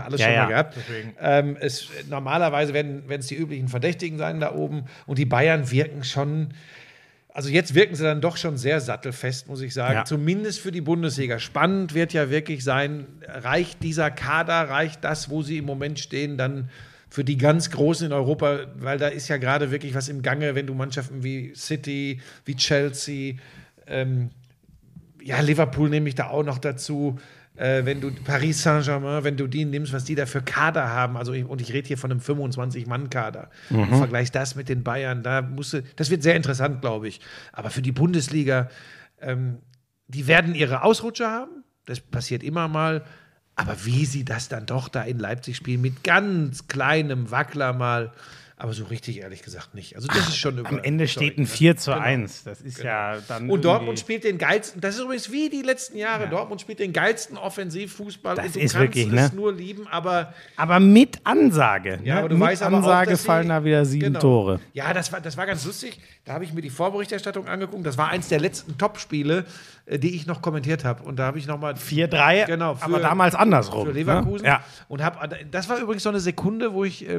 Normalerweise werden es die üblichen Verdächtigen sein da oben und die Bayern wirken schon. Also jetzt wirken sie dann doch schon sehr sattelfest, muss ich sagen. Ja. Zumindest für die Bundesliga. Spannend wird ja wirklich sein, reicht dieser Kader, reicht das, wo sie im Moment stehen, dann für die ganz Großen in Europa, weil da ist ja gerade wirklich was im Gange, wenn du Mannschaften wie City, wie Chelsea, Liverpool nehme ich da auch noch dazu, wenn du Paris Saint-Germain, wenn du die nimmst, was die da für Kader haben, ich rede hier von einem 25-Mann-Kader und vergleichst das mit den Bayern, das wird sehr interessant, glaube ich. Aber für die Bundesliga, die werden ihre Ausrutscher haben, das passiert immer mal, aber wie sie das dann doch da in Leipzig spielen, mit ganz kleinem Wackler mal, aber so richtig ehrlich gesagt nicht. Also das ist schon am Ende steht ein 4:1. Das ist ja dann. Und Dortmund spielt den geilsten, das ist übrigens wie die letzten Jahre, Dortmund spielt den geilsten Offensivfußball Das und du ist kannst wirklich, es ne? nur lieben, aber mit Ansage. ja, ne? aber du mit weißt aber Ansage auch, dass fallen da wieder 7 Tore. Ja, das war ganz lustig. Da habe ich mir die Vorberichterstattung angeguckt. Das war eins der letzten Topspiele, die ich noch kommentiert habe. Und da habe ich nochmal 4:3, genau, aber damals andersrum. für Leverkusen. Ne? Ja. Und das war übrigens so eine Sekunde, wo ich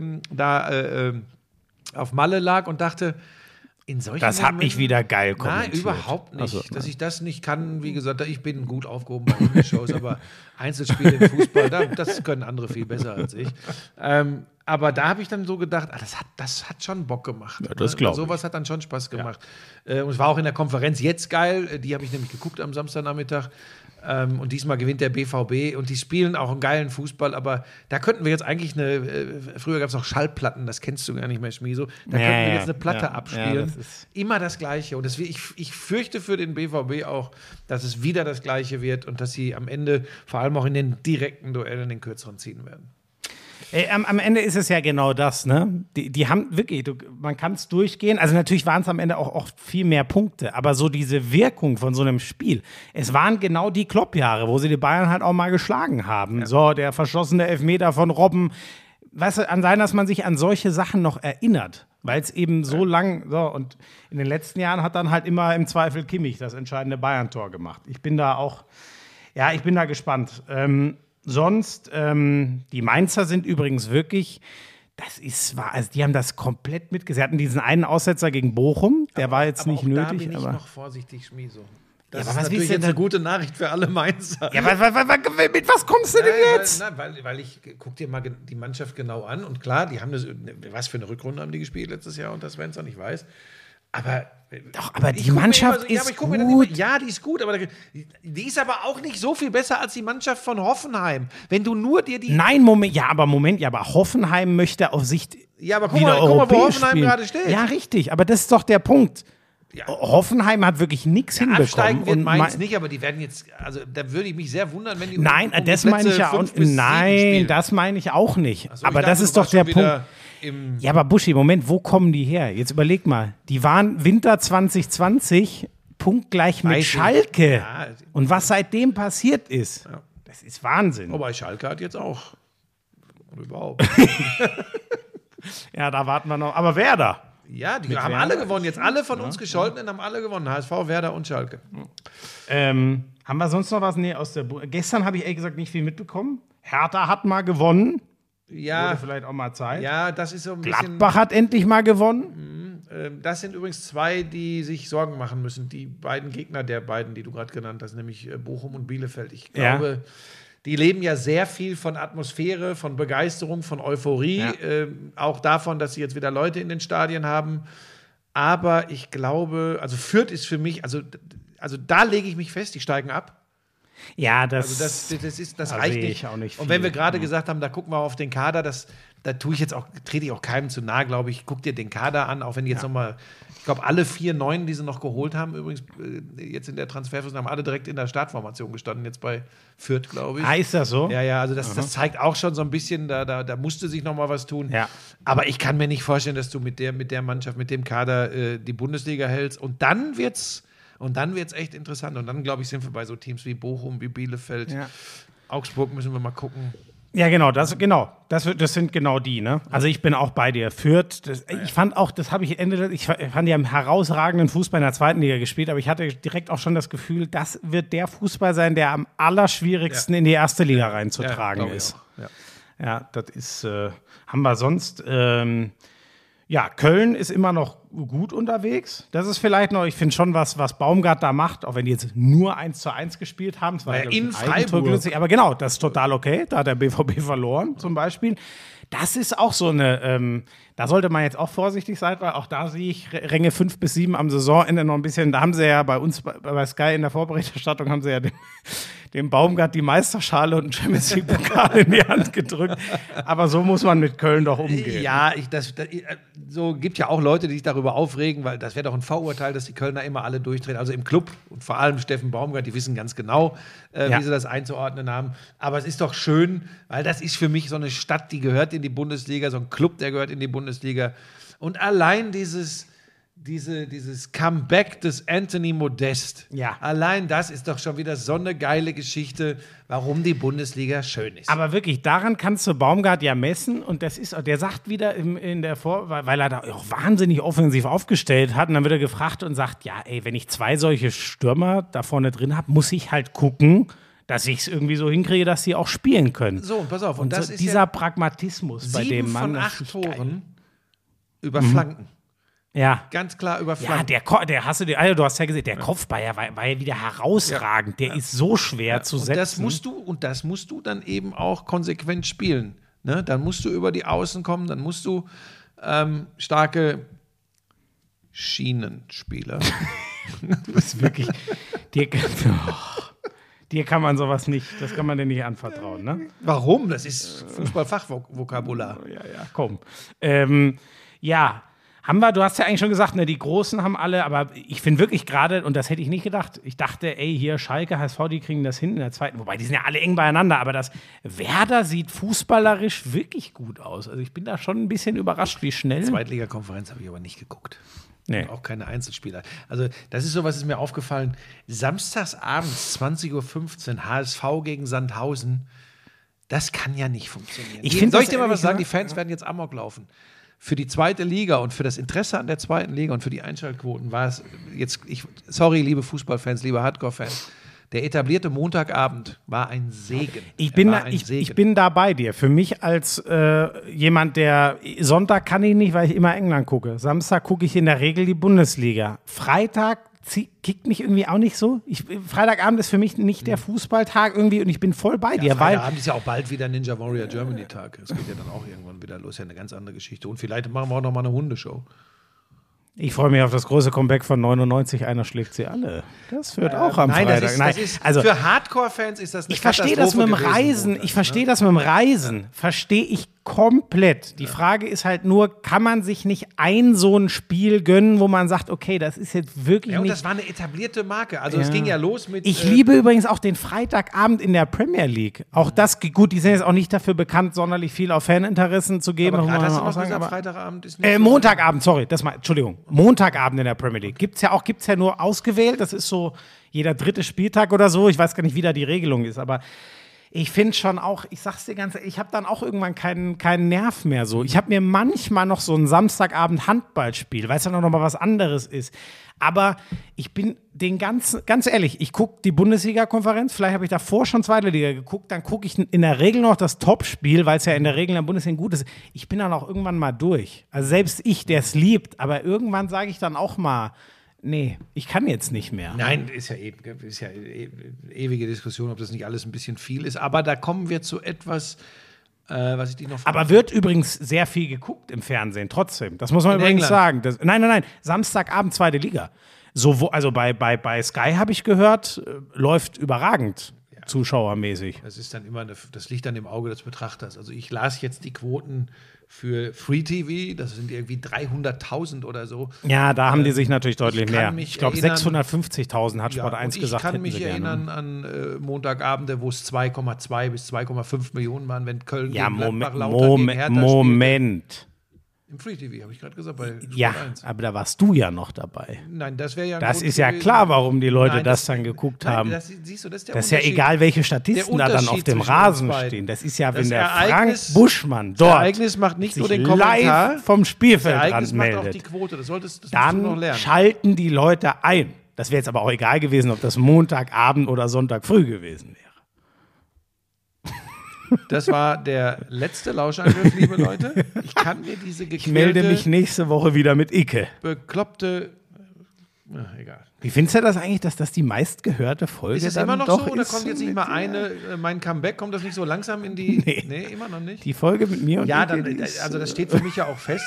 auf Malle lag und dachte, in solchen Das hat Momenten- mich wieder geil Nein, kommentiert. überhaupt nicht. Ach so, dass ich das nicht kann, wie gesagt, ich bin gut aufgehoben bei Indie-Shows, aber Einzelspiele im Fußball, das können andere viel besser als ich. Aber da habe ich dann so gedacht, das hat schon Bock gemacht. Ja, das glaub ich. Sowas hat dann schon Spaß gemacht. Und es war auch in der Konferenz jetzt geil, die habe ich nämlich geguckt am Samstagnachmittag. Und diesmal gewinnt der BVB und die spielen auch einen geilen Fußball, aber da könnten wir jetzt eigentlich früher gab es noch Schallplatten, das kennst du gar nicht mehr, Schmieso, da könnten wir jetzt eine Platte abspielen. das ist- Immer das Gleiche. Und ich fürchte für den BVB auch, dass es wieder das Gleiche wird und dass sie am Ende vor allem auch in den direkten Duellen den Kürzeren ziehen werden. Am Ende ist es ja genau das, ne? Die haben wirklich, man kann es durchgehen. Also natürlich waren es am Ende auch viel mehr Punkte, aber so diese Wirkung von so einem Spiel. Es waren genau die Klopp-Jahre, wo sie die Bayern halt auch mal geschlagen haben. Ja. So, der verschossene Elfmeter von Robben. Weißt du, dass man sich an solche Sachen noch erinnert. weil es eben so lang, so, und in den letzten Jahren hat dann halt immer im Zweifel Kimmich das entscheidende Bayern-Tor gemacht. Ich bin da gespannt. Sonst, die Mainzer sind übrigens wirklich, also die haben das komplett mitgesehen. Sie hatten diesen einen Aussetzer gegen Bochum, der war jetzt nicht nötig. Da bin ich aber noch vorsichtig, Schmieso. Das Ja, aber ist was natürlich willst du jetzt denn eine gute Nachricht für alle Mainzer. ja, mit was kommst du denn jetzt? Weil ich guck dir mal die Mannschaft genau an und klar, die haben was für eine Rückrunde haben die gespielt letztes Jahr unter Svensson, ich weiß. Aber Die Mannschaft ist gut. Ja, die ist gut, aber die ist aber auch nicht so viel besser als die Mannschaft von Hoffenheim. Wenn du nur dir die... Nein, Moment, aber Hoffenheim möchte auf Sicht Ja, aber guck wieder mal, wo europäisch Hoffenheim spielen. gerade steht. Ja, richtig, aber das ist doch der Punkt. Ja. Hoffenheim hat wirklich nichts hinbekommen. Absteigen wird und Mainz nicht, aber die werden jetzt, also da würde ich mich sehr wundern, wenn die Nein, um das die meine ich Plätze ja auch 5 bis 7 Nein, spielen. das meine ich auch nicht. Also, aber ich das dachte, ist du doch warst der schon Punkt. wieder im Ja, aber Buschi, Moment, wo kommen die her? Jetzt überleg mal. Die waren Winter 2020 punktgleich mit Weiß ich. Schalke. Ja. Und was seitdem passiert ist, Ja. das ist Wahnsinn. Wobei Schalke hat jetzt auch. Und überhaupt. Ja, da warten wir noch. Aber Werder. Ja, die haben Werder? alle gewonnen. Jetzt alle von uns Gescholtenen haben alle gewonnen. HSV, Werder und Schalke. Haben wir sonst noch was? Nee, gestern habe ich ehrlich gesagt nicht viel mitbekommen. Hertha hat mal gewonnen. Ja, Wurde vielleicht auch mal Zeit. ja, das ist so ein bisschen. Gladbach hat endlich mal gewonnen. Das sind übrigens zwei, die sich Sorgen machen müssen. Die beiden Gegner der beiden, die du gerade genannt hast, nämlich Bochum und Bielefeld. Ich Ja. glaube, die leben ja sehr viel von Atmosphäre, von Begeisterung, von Euphorie. Ja. Auch davon, dass sie jetzt wieder Leute in den Stadien haben. Aber ich glaube, also Fürth ist für mich, also da lege ich mich fest, die steigen ab. Ja, Das da reicht sehe nicht. ich auch nicht Und wenn viel. wir gerade gesagt haben, da gucken wir auf den Kader, da trete ich auch keinem zu nahe, glaube ich. Guck dir den Kader an, auch wenn die jetzt nochmal, ich glaube, alle 4 Neuen, die sie noch geholt haben, übrigens jetzt in der Transferphase, haben alle direkt in der Startformation gestanden, jetzt bei Fürth, glaube ich. Ah, ist das so? Ja, also das zeigt auch schon so ein bisschen, da musste sich noch mal was tun. Ja. Aber ich kann mir nicht vorstellen, dass du mit der Mannschaft, mit dem Kader die Bundesliga hältst. Und dann wird's echt interessant. Und dann, glaube ich, sind wir bei so Teams wie Bochum, wie Bielefeld. Ja. Augsburg müssen wir mal gucken. Ja, genau, das sind genau die, ne? Also ich bin auch bei dir. Fürth, ich fand auch, ich fand die haben herausragenden Fußball in der zweiten Liga gespielt, aber ich hatte direkt auch schon das Gefühl, das wird der Fußball sein, der am allerschwierigsten in die erste Liga reinzutragen glaube ich ist. auch. Ja. Ja, das ist, haben wir sonst, ja, Köln ist immer noch gut unterwegs. Das ist vielleicht noch, ich finde schon was Baumgart da macht, auch wenn die jetzt nur 1:1 gespielt haben. Es war Ja, glaub ich, in ein Eigentor Freiburg. günstig, aber genau, das ist total okay. Da hat der BVB verloren zum Beispiel. Das ist auch so eine, da sollte man jetzt auch vorsichtig sein, weil auch da sehe ich Ränge 5 bis 7 am Saisonende noch ein bisschen. Da haben sie ja bei uns, bei Sky in der Vorberichterstattung, haben sie ja dem Baumgart die Meisterschale und einen Champions League-Pokal in die Hand gedrückt. Aber so muss man mit Köln doch umgehen. Ja, so gibt ja auch Leute, die sich darüber aufregen, weil das wäre doch ein Vorurteil, dass die Kölner immer alle durchdrehen. Also im Club und vor allem Steffen Baumgart, die wissen ganz genau, Ja. wie sie das einzuordnen haben. Aber es ist doch schön, weil das ist für mich so eine Stadt, die gehört in die Bundesliga, so ein Club, der gehört in die Bundesliga. Und allein dieses Comeback des Anthony Modest, Ja. allein das ist doch schon wieder so eine geile Geschichte, warum die Bundesliga schön ist. Aber wirklich, daran kannst du Baumgart ja messen und das ist, der sagt wieder weil er da auch wahnsinnig offensiv aufgestellt hat und dann wird er gefragt und sagt, ja, ey, wenn ich 2 solche Stürmer da vorne drin habe, muss ich halt gucken, dass ich es irgendwie so hinkriege, dass sie auch spielen können. So, und pass auf, Und das so ist dieser ja Pragmatismus bei 7 dem Mann. von das 8 ist geil. Toren über Flanken. Ja. Ganz klar über Ja, Flanken. du hast ja gesehen, der Kopfball war ja wieder herausragend. Der ist so schwer zu Und setzen. das musst du dann eben auch konsequent spielen. Ne? Dann musst du über die Außen kommen, dann musst du starke Schienenspieler. Das ist wirklich. Dir kann man sowas nicht, das kann man dir nicht anvertrauen, ne? Warum? Das ist Fußballfachvokabular. Ja, komm. Ja, du hast ja eigentlich schon gesagt, ne, die Großen haben alle, aber ich finde wirklich gerade, und das hätte ich nicht gedacht, ich dachte, ey, hier Schalke, HSV, die kriegen das hin in der zweiten, wobei die sind ja alle eng beieinander, aber das Werder sieht fußballerisch wirklich gut aus. Also ich bin da schon ein bisschen überrascht, wie schnell. Zweitliga-Konferenz habe ich aber nicht geguckt. Nee. Auch keine Einzelspieler. Also, das ist so, was ist mir aufgefallen. Samstags abends, 20:15 Uhr, HSV gegen Sandhausen. Das kann ja nicht funktionieren. Ich find Soll das ich dir mal was ehrlich sagen? Die gesagt- Fans werden jetzt Amok laufen. für die zweite Liga und für das Interesse an der zweiten Liga und für die Einschaltquoten war es jetzt, sorry, liebe Fußballfans, liebe Hardcore-Fans, der etablierte Montagabend war ein Segen. Ich bin da bei dir. Für mich als jemand, der Sonntag kann ich nicht, weil ich immer England gucke. Samstag gucke ich in der Regel die Bundesliga. Freitag kickt mich irgendwie auch nicht so. Freitagabend ist für mich nicht der Fußballtag irgendwie und ich bin voll bei dir. Freitagabend ist ja auch bald wieder Ninja Warrior Germany Tag. Das geht ja dann auch irgendwann wieder los. Ja, eine ganz andere Geschichte. Und vielleicht machen wir auch noch mal eine Hundeshow. Ich freue mich auf das große Comeback von 99. Einer schlägt sie alle. Das wird auch am Freitag. Also für Hardcore-Fans ist das eine Ich verstehe das mit dem Reisen. Verstehe ich komplett. Die Frage ist halt nur, kann man sich nicht so ein Spiel gönnen, wo man sagt, okay, das ist jetzt wirklich und nicht... das war eine etablierte Marke. Also es ging ja los mit... Ich liebe übrigens auch den Freitagabend in der Premier League. Auch das, gut, die sind jetzt auch nicht dafür bekannt, sonderlich viel auf Faninteressen zu geben. Aber hast du noch gesagt, Freitagabend ist nicht Montagabend, sorry, Entschuldigung. Montagabend in der Premier League. Gibt's ja nur ausgewählt. Das ist so jeder 3. Spieltag oder so. Ich weiß gar nicht, wie da die Regelung ist, aber ich finde schon auch, ich sag's dir ganz ehrlich, ich habe dann auch irgendwann keinen Nerv mehr so. Ich habe mir manchmal noch so ein Samstagabend Handballspiel, weil es dann auch noch mal was anderes ist. Aber ich bin ganz ehrlich, ich gucke die Bundesliga-Konferenz, vielleicht habe ich davor schon zweite Liga geguckt, dann gucke ich in der Regel noch das Topspiel, weil es ja in der Regel in der Bundesliga gut ist. Ich bin dann auch irgendwann mal durch. Also selbst ich, der es liebt, aber irgendwann sage ich dann auch mal, nee, ich kann jetzt nicht mehr. Nein, ist ja ewige Diskussion, ob das nicht alles ein bisschen viel ist. Aber da kommen wir zu etwas, was ich dir noch... Aber wird übrigens sehr viel geguckt im Fernsehen, trotzdem. Das muss man übrigens sagen. Nein. Samstagabend, zweite Liga. Also bei Sky habe ich gehört, läuft überragend. Zuschauermäßig. Das ist dann immer das liegt dann im Auge des Betrachters. Also ich las jetzt die Quoten für Free TV, das sind irgendwie 300.000 oder so. Ja, da haben die sich natürlich deutlich mehr. Ich glaube 650.000 hat Sport 1 gesagt. Ich kann mich erinnern an Montagabende, wo es 2,2 bis 2,5 Millionen waren, wenn Köln gegen Gladbach lauter gegen Hertha Moment. Im Free TV, habe ich gerade gesagt, bei Sport 1. Aber da warst du ja noch dabei. Nein, das wäre ja Das ist ja klar, warum die Leute das dann geguckt haben. Siehst du, das ist ja egal, welche Statisten da dann auf dem Rasen stehen. Das ist ja, wenn der Frank Buschmann dort das Ereignis macht nicht nur den Kommentar, live vom Spielfeldrand meldet. Macht auch die Quote. Das musst dann du noch lernen. Schalten die Leute ein. Das wäre jetzt aber auch egal gewesen, ob das Montagabend oder Sonntag früh gewesen wäre. Das war der letzte Lauschangriff, liebe Leute. Ich kann mir diese Ich melde mich nächste Woche wieder mit Icke. Bekloppte... egal. Wie findest du das eigentlich, dass das die meistgehörte Folge ist? Ist es immer noch so oder kommt jetzt nicht mal mein Comeback, kommt das nicht so langsam in die... Nee, immer noch nicht? Die Folge mit mir und ja, Icke, also das steht für mich ja auch fest.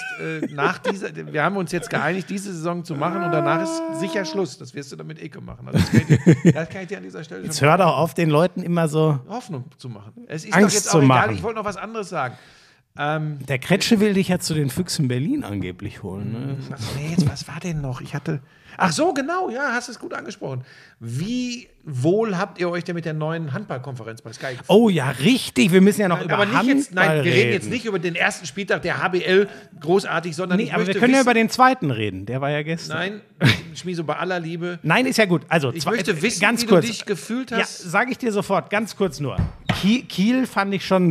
Wir haben uns jetzt geeinigt, diese Saison zu machen und danach ist sicher Schluss. Das wirst du dann mit Icke machen. Also das kann ich dir an dieser Stelle jetzt hör doch auf, den Leuten immer so Hoffnung zu machen. Es ist Angst doch jetzt auch zu egal, machen. ich wollte noch was anderes sagen. Der Kretsche will dich ja zu den Füchsen Berlin angeblich holen. Ne? Was war denn noch? Ach so, genau, ja, hast es gut angesprochen. Wie wohl habt ihr euch denn mit der neuen Handballkonferenz bei Sky gefunden? Oh ja, richtig, wir müssen ja noch über Handball wir reden. reden jetzt nicht über den ersten Spieltag der HBL großartig, sondern aber wir können ja über den zweiten reden, der war ja gestern. Nein, Schmieso, bei aller Liebe. Nein, ist ja gut. Also, ich möchte wissen, ganz wie kurz. Du dich gefühlt hast. Ja, sage ich dir sofort, ganz kurz nur. Kiel fand ich schon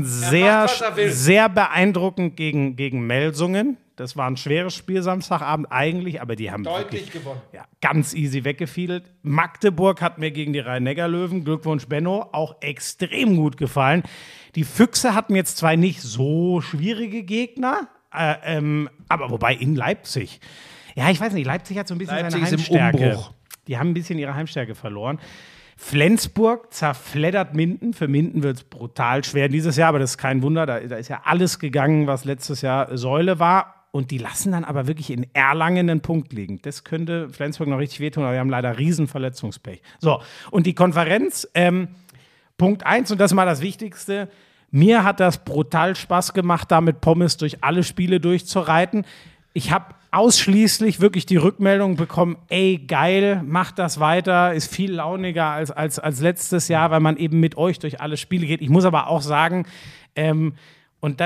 sehr beeindruckend gegen Melsungen. Das war ein schweres Spiel Samstagabend eigentlich, aber die haben deutlich gewonnen. Ja, ganz easy weggefiedelt. Magdeburg hat mir gegen die Rhein-Neckar-Löwen, Glückwunsch Benno, auch extrem gut gefallen. Die Füchse hatten jetzt zwar nicht so schwierige Gegner, aber wobei in Leipzig. Ja, ich weiß nicht, Leipzig hat so ein bisschen seine Heimstärke. Im Umbruch. Die haben ein bisschen ihre Heimstärke verloren. Flensburg zerfleddert Minden. Für Minden wird es brutal schwer dieses Jahr, aber das ist kein Wunder. Da ist ja alles gegangen, was letztes Jahr Säule war. Und die lassen dann aber wirklich in Erlangen einen Punkt liegen. Das könnte Flensburg noch richtig wehtun, aber wir haben leider riesen Verletzungspech. So, und die Konferenz, Punkt 1, und das ist mal das Wichtigste, mir hat das brutal Spaß gemacht, da mit Pommes durch alle Spiele durchzureiten. Ich habe ausschließlich wirklich die Rückmeldung bekommen, ey, geil, macht das weiter, ist viel launiger als letztes Jahr, weil man eben mit euch durch alle Spiele geht. Ich muss aber auch sagen, und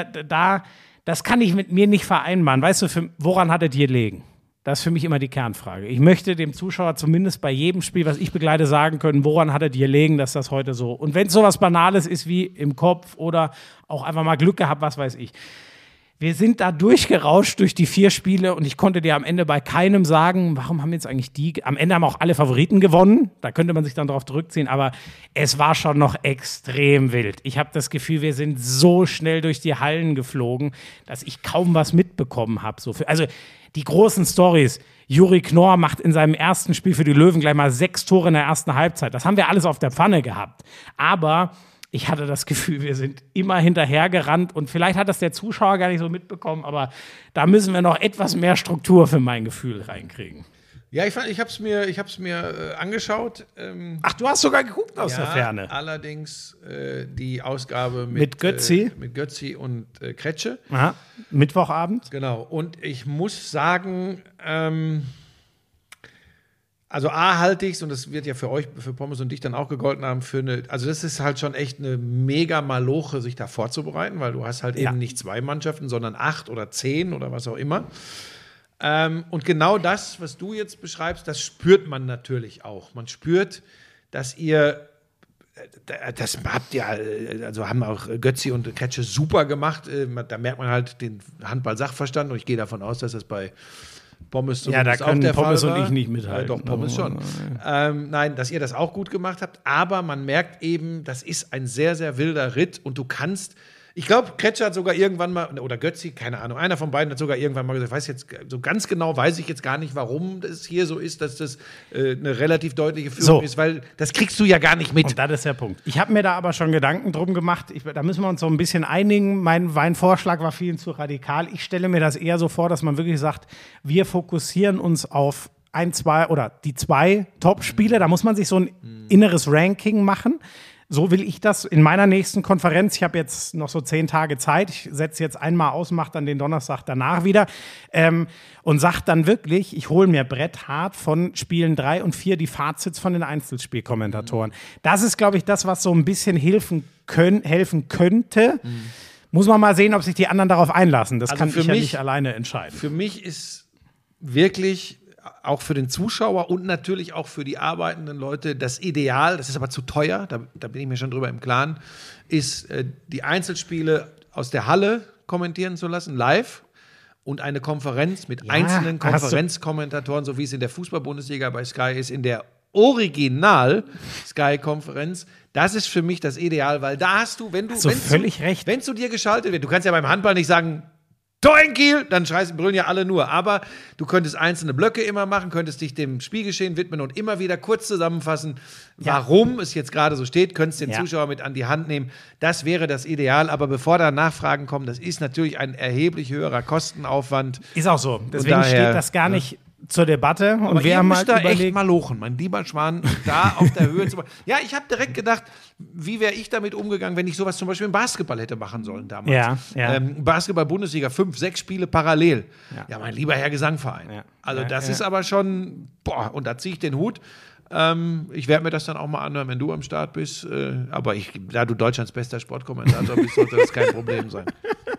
das kann ich mit mir nicht vereinbaren. Weißt du, woran hat es gelegen? Das ist für mich immer die Kernfrage. Ich möchte dem Zuschauer zumindest bei jedem Spiel, was ich begleite, sagen können, woran hat es gelegen, dass das heute so... Und wenn es sowas Banales ist wie im Kopf oder auch einfach mal Glück gehabt, was weiß ich. Wir sind da durchgerauscht durch die 4 Spiele und ich konnte dir am Ende bei keinem sagen, warum haben jetzt eigentlich die, am Ende haben auch alle Favoriten gewonnen, da könnte man sich dann drauf zurückziehen, aber es war schon noch extrem wild. Ich habe das Gefühl, wir sind so schnell durch die Hallen geflogen, dass ich kaum was mitbekommen habe. Also die großen Storys, Juri Knorr macht in seinem ersten Spiel für die Löwen gleich mal 6 Tore in der ersten Halbzeit. Das haben wir alles auf der Pfanne gehabt, aber ich hatte das Gefühl, wir sind immer hinterhergerannt und vielleicht hat das der Zuschauer gar nicht so mitbekommen, aber da müssen wir noch etwas mehr Struktur für mein Gefühl reinkriegen. Ja, ich habe es mir angeschaut. Ach, du hast sogar geguckt aus der Ferne. Allerdings die Ausgabe Mit Götzi? Mit Götzi und Kretsche. Aha. Mittwochabend. Genau. Und ich muss sagen, also A halte ich's, und das wird ja für euch, für Pommes und dich dann auch gegolten haben, also das ist halt schon echt eine mega Maloche, sich da vorzubereiten, weil du hast halt eben nicht 2 Mannschaften, sondern 8 oder 10 oder was auch immer. Und genau das, was du jetzt beschreibst, das spürt man natürlich auch. Man spürt, dass ihr, das habt ihr, also haben auch Götzi und Kretsche super gemacht. Da merkt man halt den Handball-Sachverstand, und ich gehe davon aus, dass das bei Pommes ja, da können auch der Pommes Fall und war. ich nicht mithalten. Doch, Pommes schon. Nein, dass ihr das auch gut gemacht habt, aber man merkt eben, das ist ein sehr, sehr wilder Ritt, und du kannst, ich glaube, Kretsche hat sogar irgendwann mal, oder Götzi, keine Ahnung, einer von beiden hat sogar irgendwann mal gesagt, so ganz genau weiß ich jetzt gar nicht, warum das hier so ist, dass das eine relativ deutliche Führung ist, weil das kriegst du ja gar nicht mit. Und das ist der Punkt. Ich habe mir da aber schon Gedanken drum gemacht. Da müssen wir uns so ein bisschen einigen. Mein Vorschlag war vielen zu radikal. Ich stelle mir das eher so vor, dass man wirklich sagt, wir fokussieren uns auf 1, 2 oder die 2 Top-Spiele. Da muss man sich so ein inneres Ranking machen. So will ich das in meiner nächsten Konferenz. Ich habe jetzt noch so 10 Tage Zeit. Ich setze jetzt einmal aus, mache dann den Donnerstag danach wieder und sage dann wirklich, ich hole mir Brett hart von Spielen 3 und 4 die Fazits von den Einzelspielkommentatoren. Das ist, glaube ich, das, was so ein bisschen helfen könnte. Muss man mal sehen, ob sich die anderen darauf einlassen. Das kann ich ja nicht alleine entscheiden. Für mich ist wirklich auch für den Zuschauer und natürlich auch für die arbeitenden Leute das Ideal, das ist aber zu teuer, da bin ich mir schon drüber im Klaren, ist, die Einzelspiele aus der Halle kommentieren zu lassen, live, und eine Konferenz mit einzelnen Konferenzkommentatoren, so wie es in der Fußball-Bundesliga bei Sky ist, in der Original-Sky-Konferenz. Das ist für mich das Ideal, weil da hast du, wenn du zu dir geschaltet wird, du kannst ja beim Handball nicht sagen, Tor in Kiel, dann brüllen ja alle nur. Aber du könntest einzelne Blöcke immer machen, könntest dich dem Spielgeschehen widmen und immer wieder kurz zusammenfassen, warum es jetzt gerade so steht, könntest den Zuschauer mit an die Hand nehmen. Das wäre das Ideal. Aber bevor da Nachfragen kommen, das ist natürlich ein erheblich höherer Kostenaufwand. Ist auch so. Deswegen steht das gar nicht zur Debatte. Und aber wir haben halt da echt mal lochen, mein lieber Schwan, da auf der Höhe zu machen. Ja, ich habe direkt gedacht, wie wäre ich damit umgegangen, wenn ich sowas zum Beispiel im Basketball hätte machen sollen damals. Basketball-Bundesliga, 5, 6 Spiele parallel. Ja, mein lieber Herr Gesangverein. Ja. Also das ist aber schon, und da ziehe ich den Hut. Ich werde mir das dann auch mal anhören, wenn du am Start bist. Aber da du Deutschlands bester Sportkommentator bist, sollte das kein Problem sein.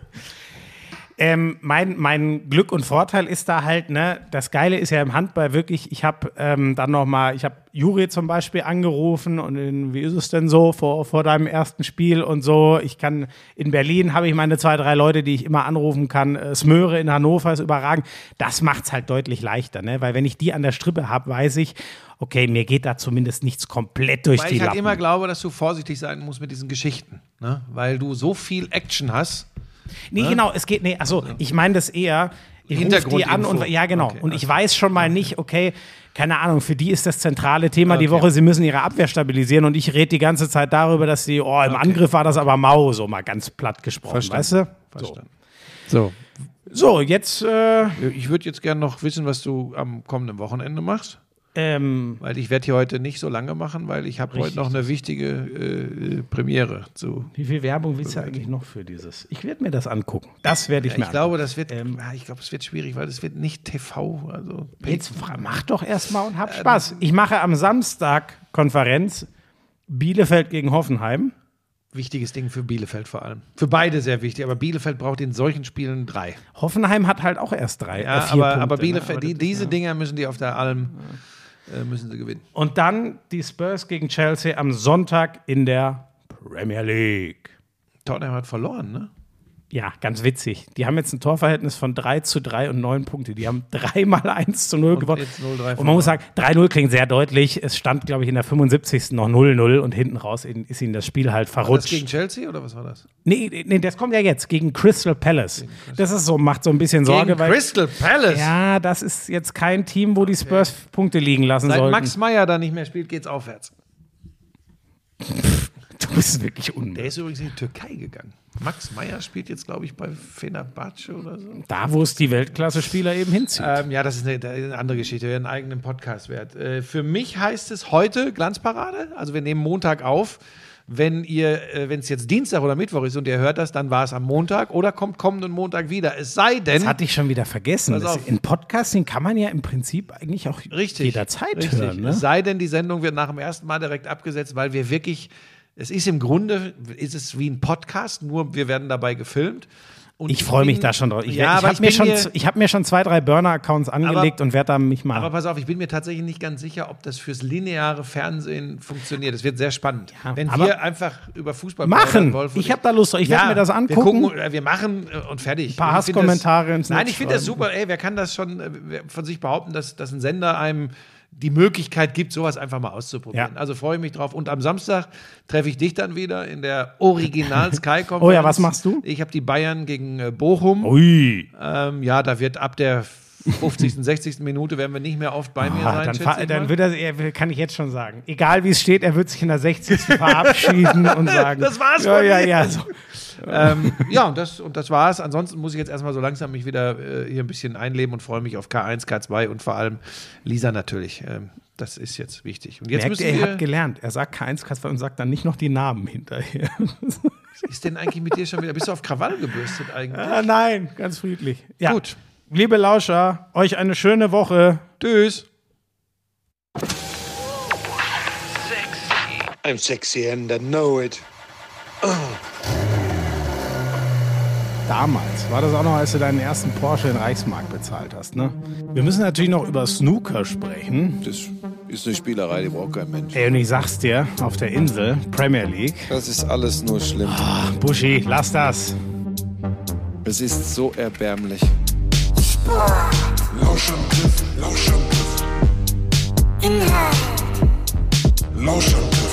Mein Glück und Vorteil ist da halt, ne, das Geile ist ja im Handball wirklich, ich habe ich habe Juri zum Beispiel angerufen und wie ist es denn so vor deinem ersten Spiel und so. In Berlin habe ich meine 2, 3 Leute, die ich immer anrufen kann. Smöre in Hannover ist überragend. Das macht es halt deutlich leichter, ne, weil wenn ich die an der Strippe habe, weiß ich, okay, mir geht da zumindest nichts komplett durch die Lappen. Weil ich halt immer glaube, dass du vorsichtig sein musst mit diesen Geschichten, ne, weil du so viel Action hast. Nee, genau, ich meine das eher, ich rufe die an und und ich weiß schon mal nicht, okay, keine Ahnung, für die ist das zentrale Thema die Woche, sie müssen ihre Abwehr stabilisieren und ich rede die ganze Zeit darüber, dass sie, im Angriff war das aber mau, so mal ganz platt gesprochen, weißt du? Verstanden. So, jetzt ich würde jetzt gerne noch wissen, was du am kommenden Wochenende machst. Weil ich werde hier heute nicht so lange machen, weil ich habe heute noch eine wichtige Premiere zu. Wie viel Werbung willst du eigentlich noch für dieses? Ich werde mir das angucken. Das werde ich mir angucken. Es wird schwierig, weil es wird nicht TV. Also jetzt mach doch erstmal und hab Spaß. Ich mache am Samstag Konferenz Bielefeld gegen Hoffenheim. Wichtiges Ding für Bielefeld vor allem. Für beide sehr wichtig, aber Bielefeld braucht in solchen Spielen 3. Hoffenheim hat halt auch erst 3. Ja, 4 Punkte, aber Bielefeld, diese Dinger müssen die auf der Alm müssen sie gewinnen. Und dann die Spurs gegen Chelsea am Sonntag in der Premier League. Tottenham hat verloren, ne? Ja, ganz witzig. Die haben jetzt ein Torverhältnis von 3:3 und 9 Punkte. Die haben 3-mal 1:0 gewonnen. jetzt 0-3 Und man muss sagen, 3-0 klingt sehr deutlich. Es stand, glaube ich, in der 75. noch 0-0 und hinten raus ist ihnen das Spiel halt War das verrutscht. gegen Chelsea oder was war das? Nee, das kommt ja jetzt gegen Crystal Palace. Das ist so, macht so ein bisschen Sorge. Gegen weil, Crystal Palace. ja, das ist jetzt kein Team, wo die Spurs Punkte liegen lassen Seit sollten. Max Meyer da nicht mehr spielt, geht's aufwärts. Du bist wirklich Der unmöglich. ist übrigens in die Türkei gegangen. Max Meyer spielt jetzt, glaube ich, bei Fenerbahce oder so. Da, wo es die Weltklasse-Spieler eben hinzieht. Ja, das ist eine andere Geschichte, wäre einen eigenen Podcast wert. Für mich heißt es heute Glanzparade. Also wir nehmen Montag auf. Wenn es jetzt Dienstag oder Mittwoch ist und ihr hört das, dann war es am Montag oder kommt kommenden Montag wieder. Es sei denn. Das hatte ich schon wieder vergessen. Pass auf. In Podcasting kann man ja im Prinzip eigentlich auch jederzeit hören. Ne? Es sei denn, die Sendung wird nach dem ersten Mal direkt abgesetzt, weil wir wirklich, ist es wie ein Podcast, nur wir werden dabei gefilmt. Und Ich freue mich da schon drauf. Ich habe mir schon 2, 3 Burner-Accounts angelegt und werde da mich mal. Aber pass auf, ich bin mir tatsächlich nicht ganz sicher, ob das fürs lineare Fernsehen funktioniert. Das wird sehr spannend. Ja, wenn aber wir einfach über Fußball machen. Wolf, Ich habe da Lust drauf. Ich werde mir das angucken. Wir machen und fertig. Ein paar Hasskommentare ins Netz Nein, ich finde das schreiben. super. Ey, wer kann das schon von sich behaupten, dass ein Sender einem die Möglichkeit gibt, sowas einfach mal auszuprobieren. Ja. Also freue ich mich drauf. Und am Samstag treffe ich dich dann wieder in der Original-Sky-Konferenz. Oh ja, was machst du? Ich habe die Bayern gegen Bochum. Ui. Ja, da wird ab der 50., 60. Minute werden wir nicht mehr oft bei mir sein. Dann wird kann ich jetzt schon sagen. Egal wie es steht, er wird sich in der 60. verabschieden und sagen. Das war's ja, von ja, mir. ja. So. Ja, und das war's. Ansonsten muss ich jetzt erstmal so langsam mich wieder hier ein bisschen einleben und freue mich auf K1, K2 und vor allem Lisa natürlich. Das ist jetzt wichtig. Und jetzt Merkt, er hat gelernt. Er sagt K1, K2 und sagt dann nicht noch die Namen hinterher. Was ist denn eigentlich mit dir schon wieder? Bist du auf Krawall gebürstet eigentlich? Nein, ganz friedlich. Ja. Gut. Liebe Lauscher, euch eine schöne Woche. Tschüss. I'm sexy and I know it. Damals war das auch noch, als du deinen ersten Porsche in Reichsmark bezahlt hast, ne? Wir müssen natürlich noch über Snooker sprechen. Das ist eine Spielerei, die braucht kein Mensch. Ey, und ich sag's dir, auf der Insel, Premier League. Das ist alles nur schlimm. Buschi, lass das. Es ist so erbärmlich. Lauschangriff, Lauschangriff. Inhalt. Lauschangriff.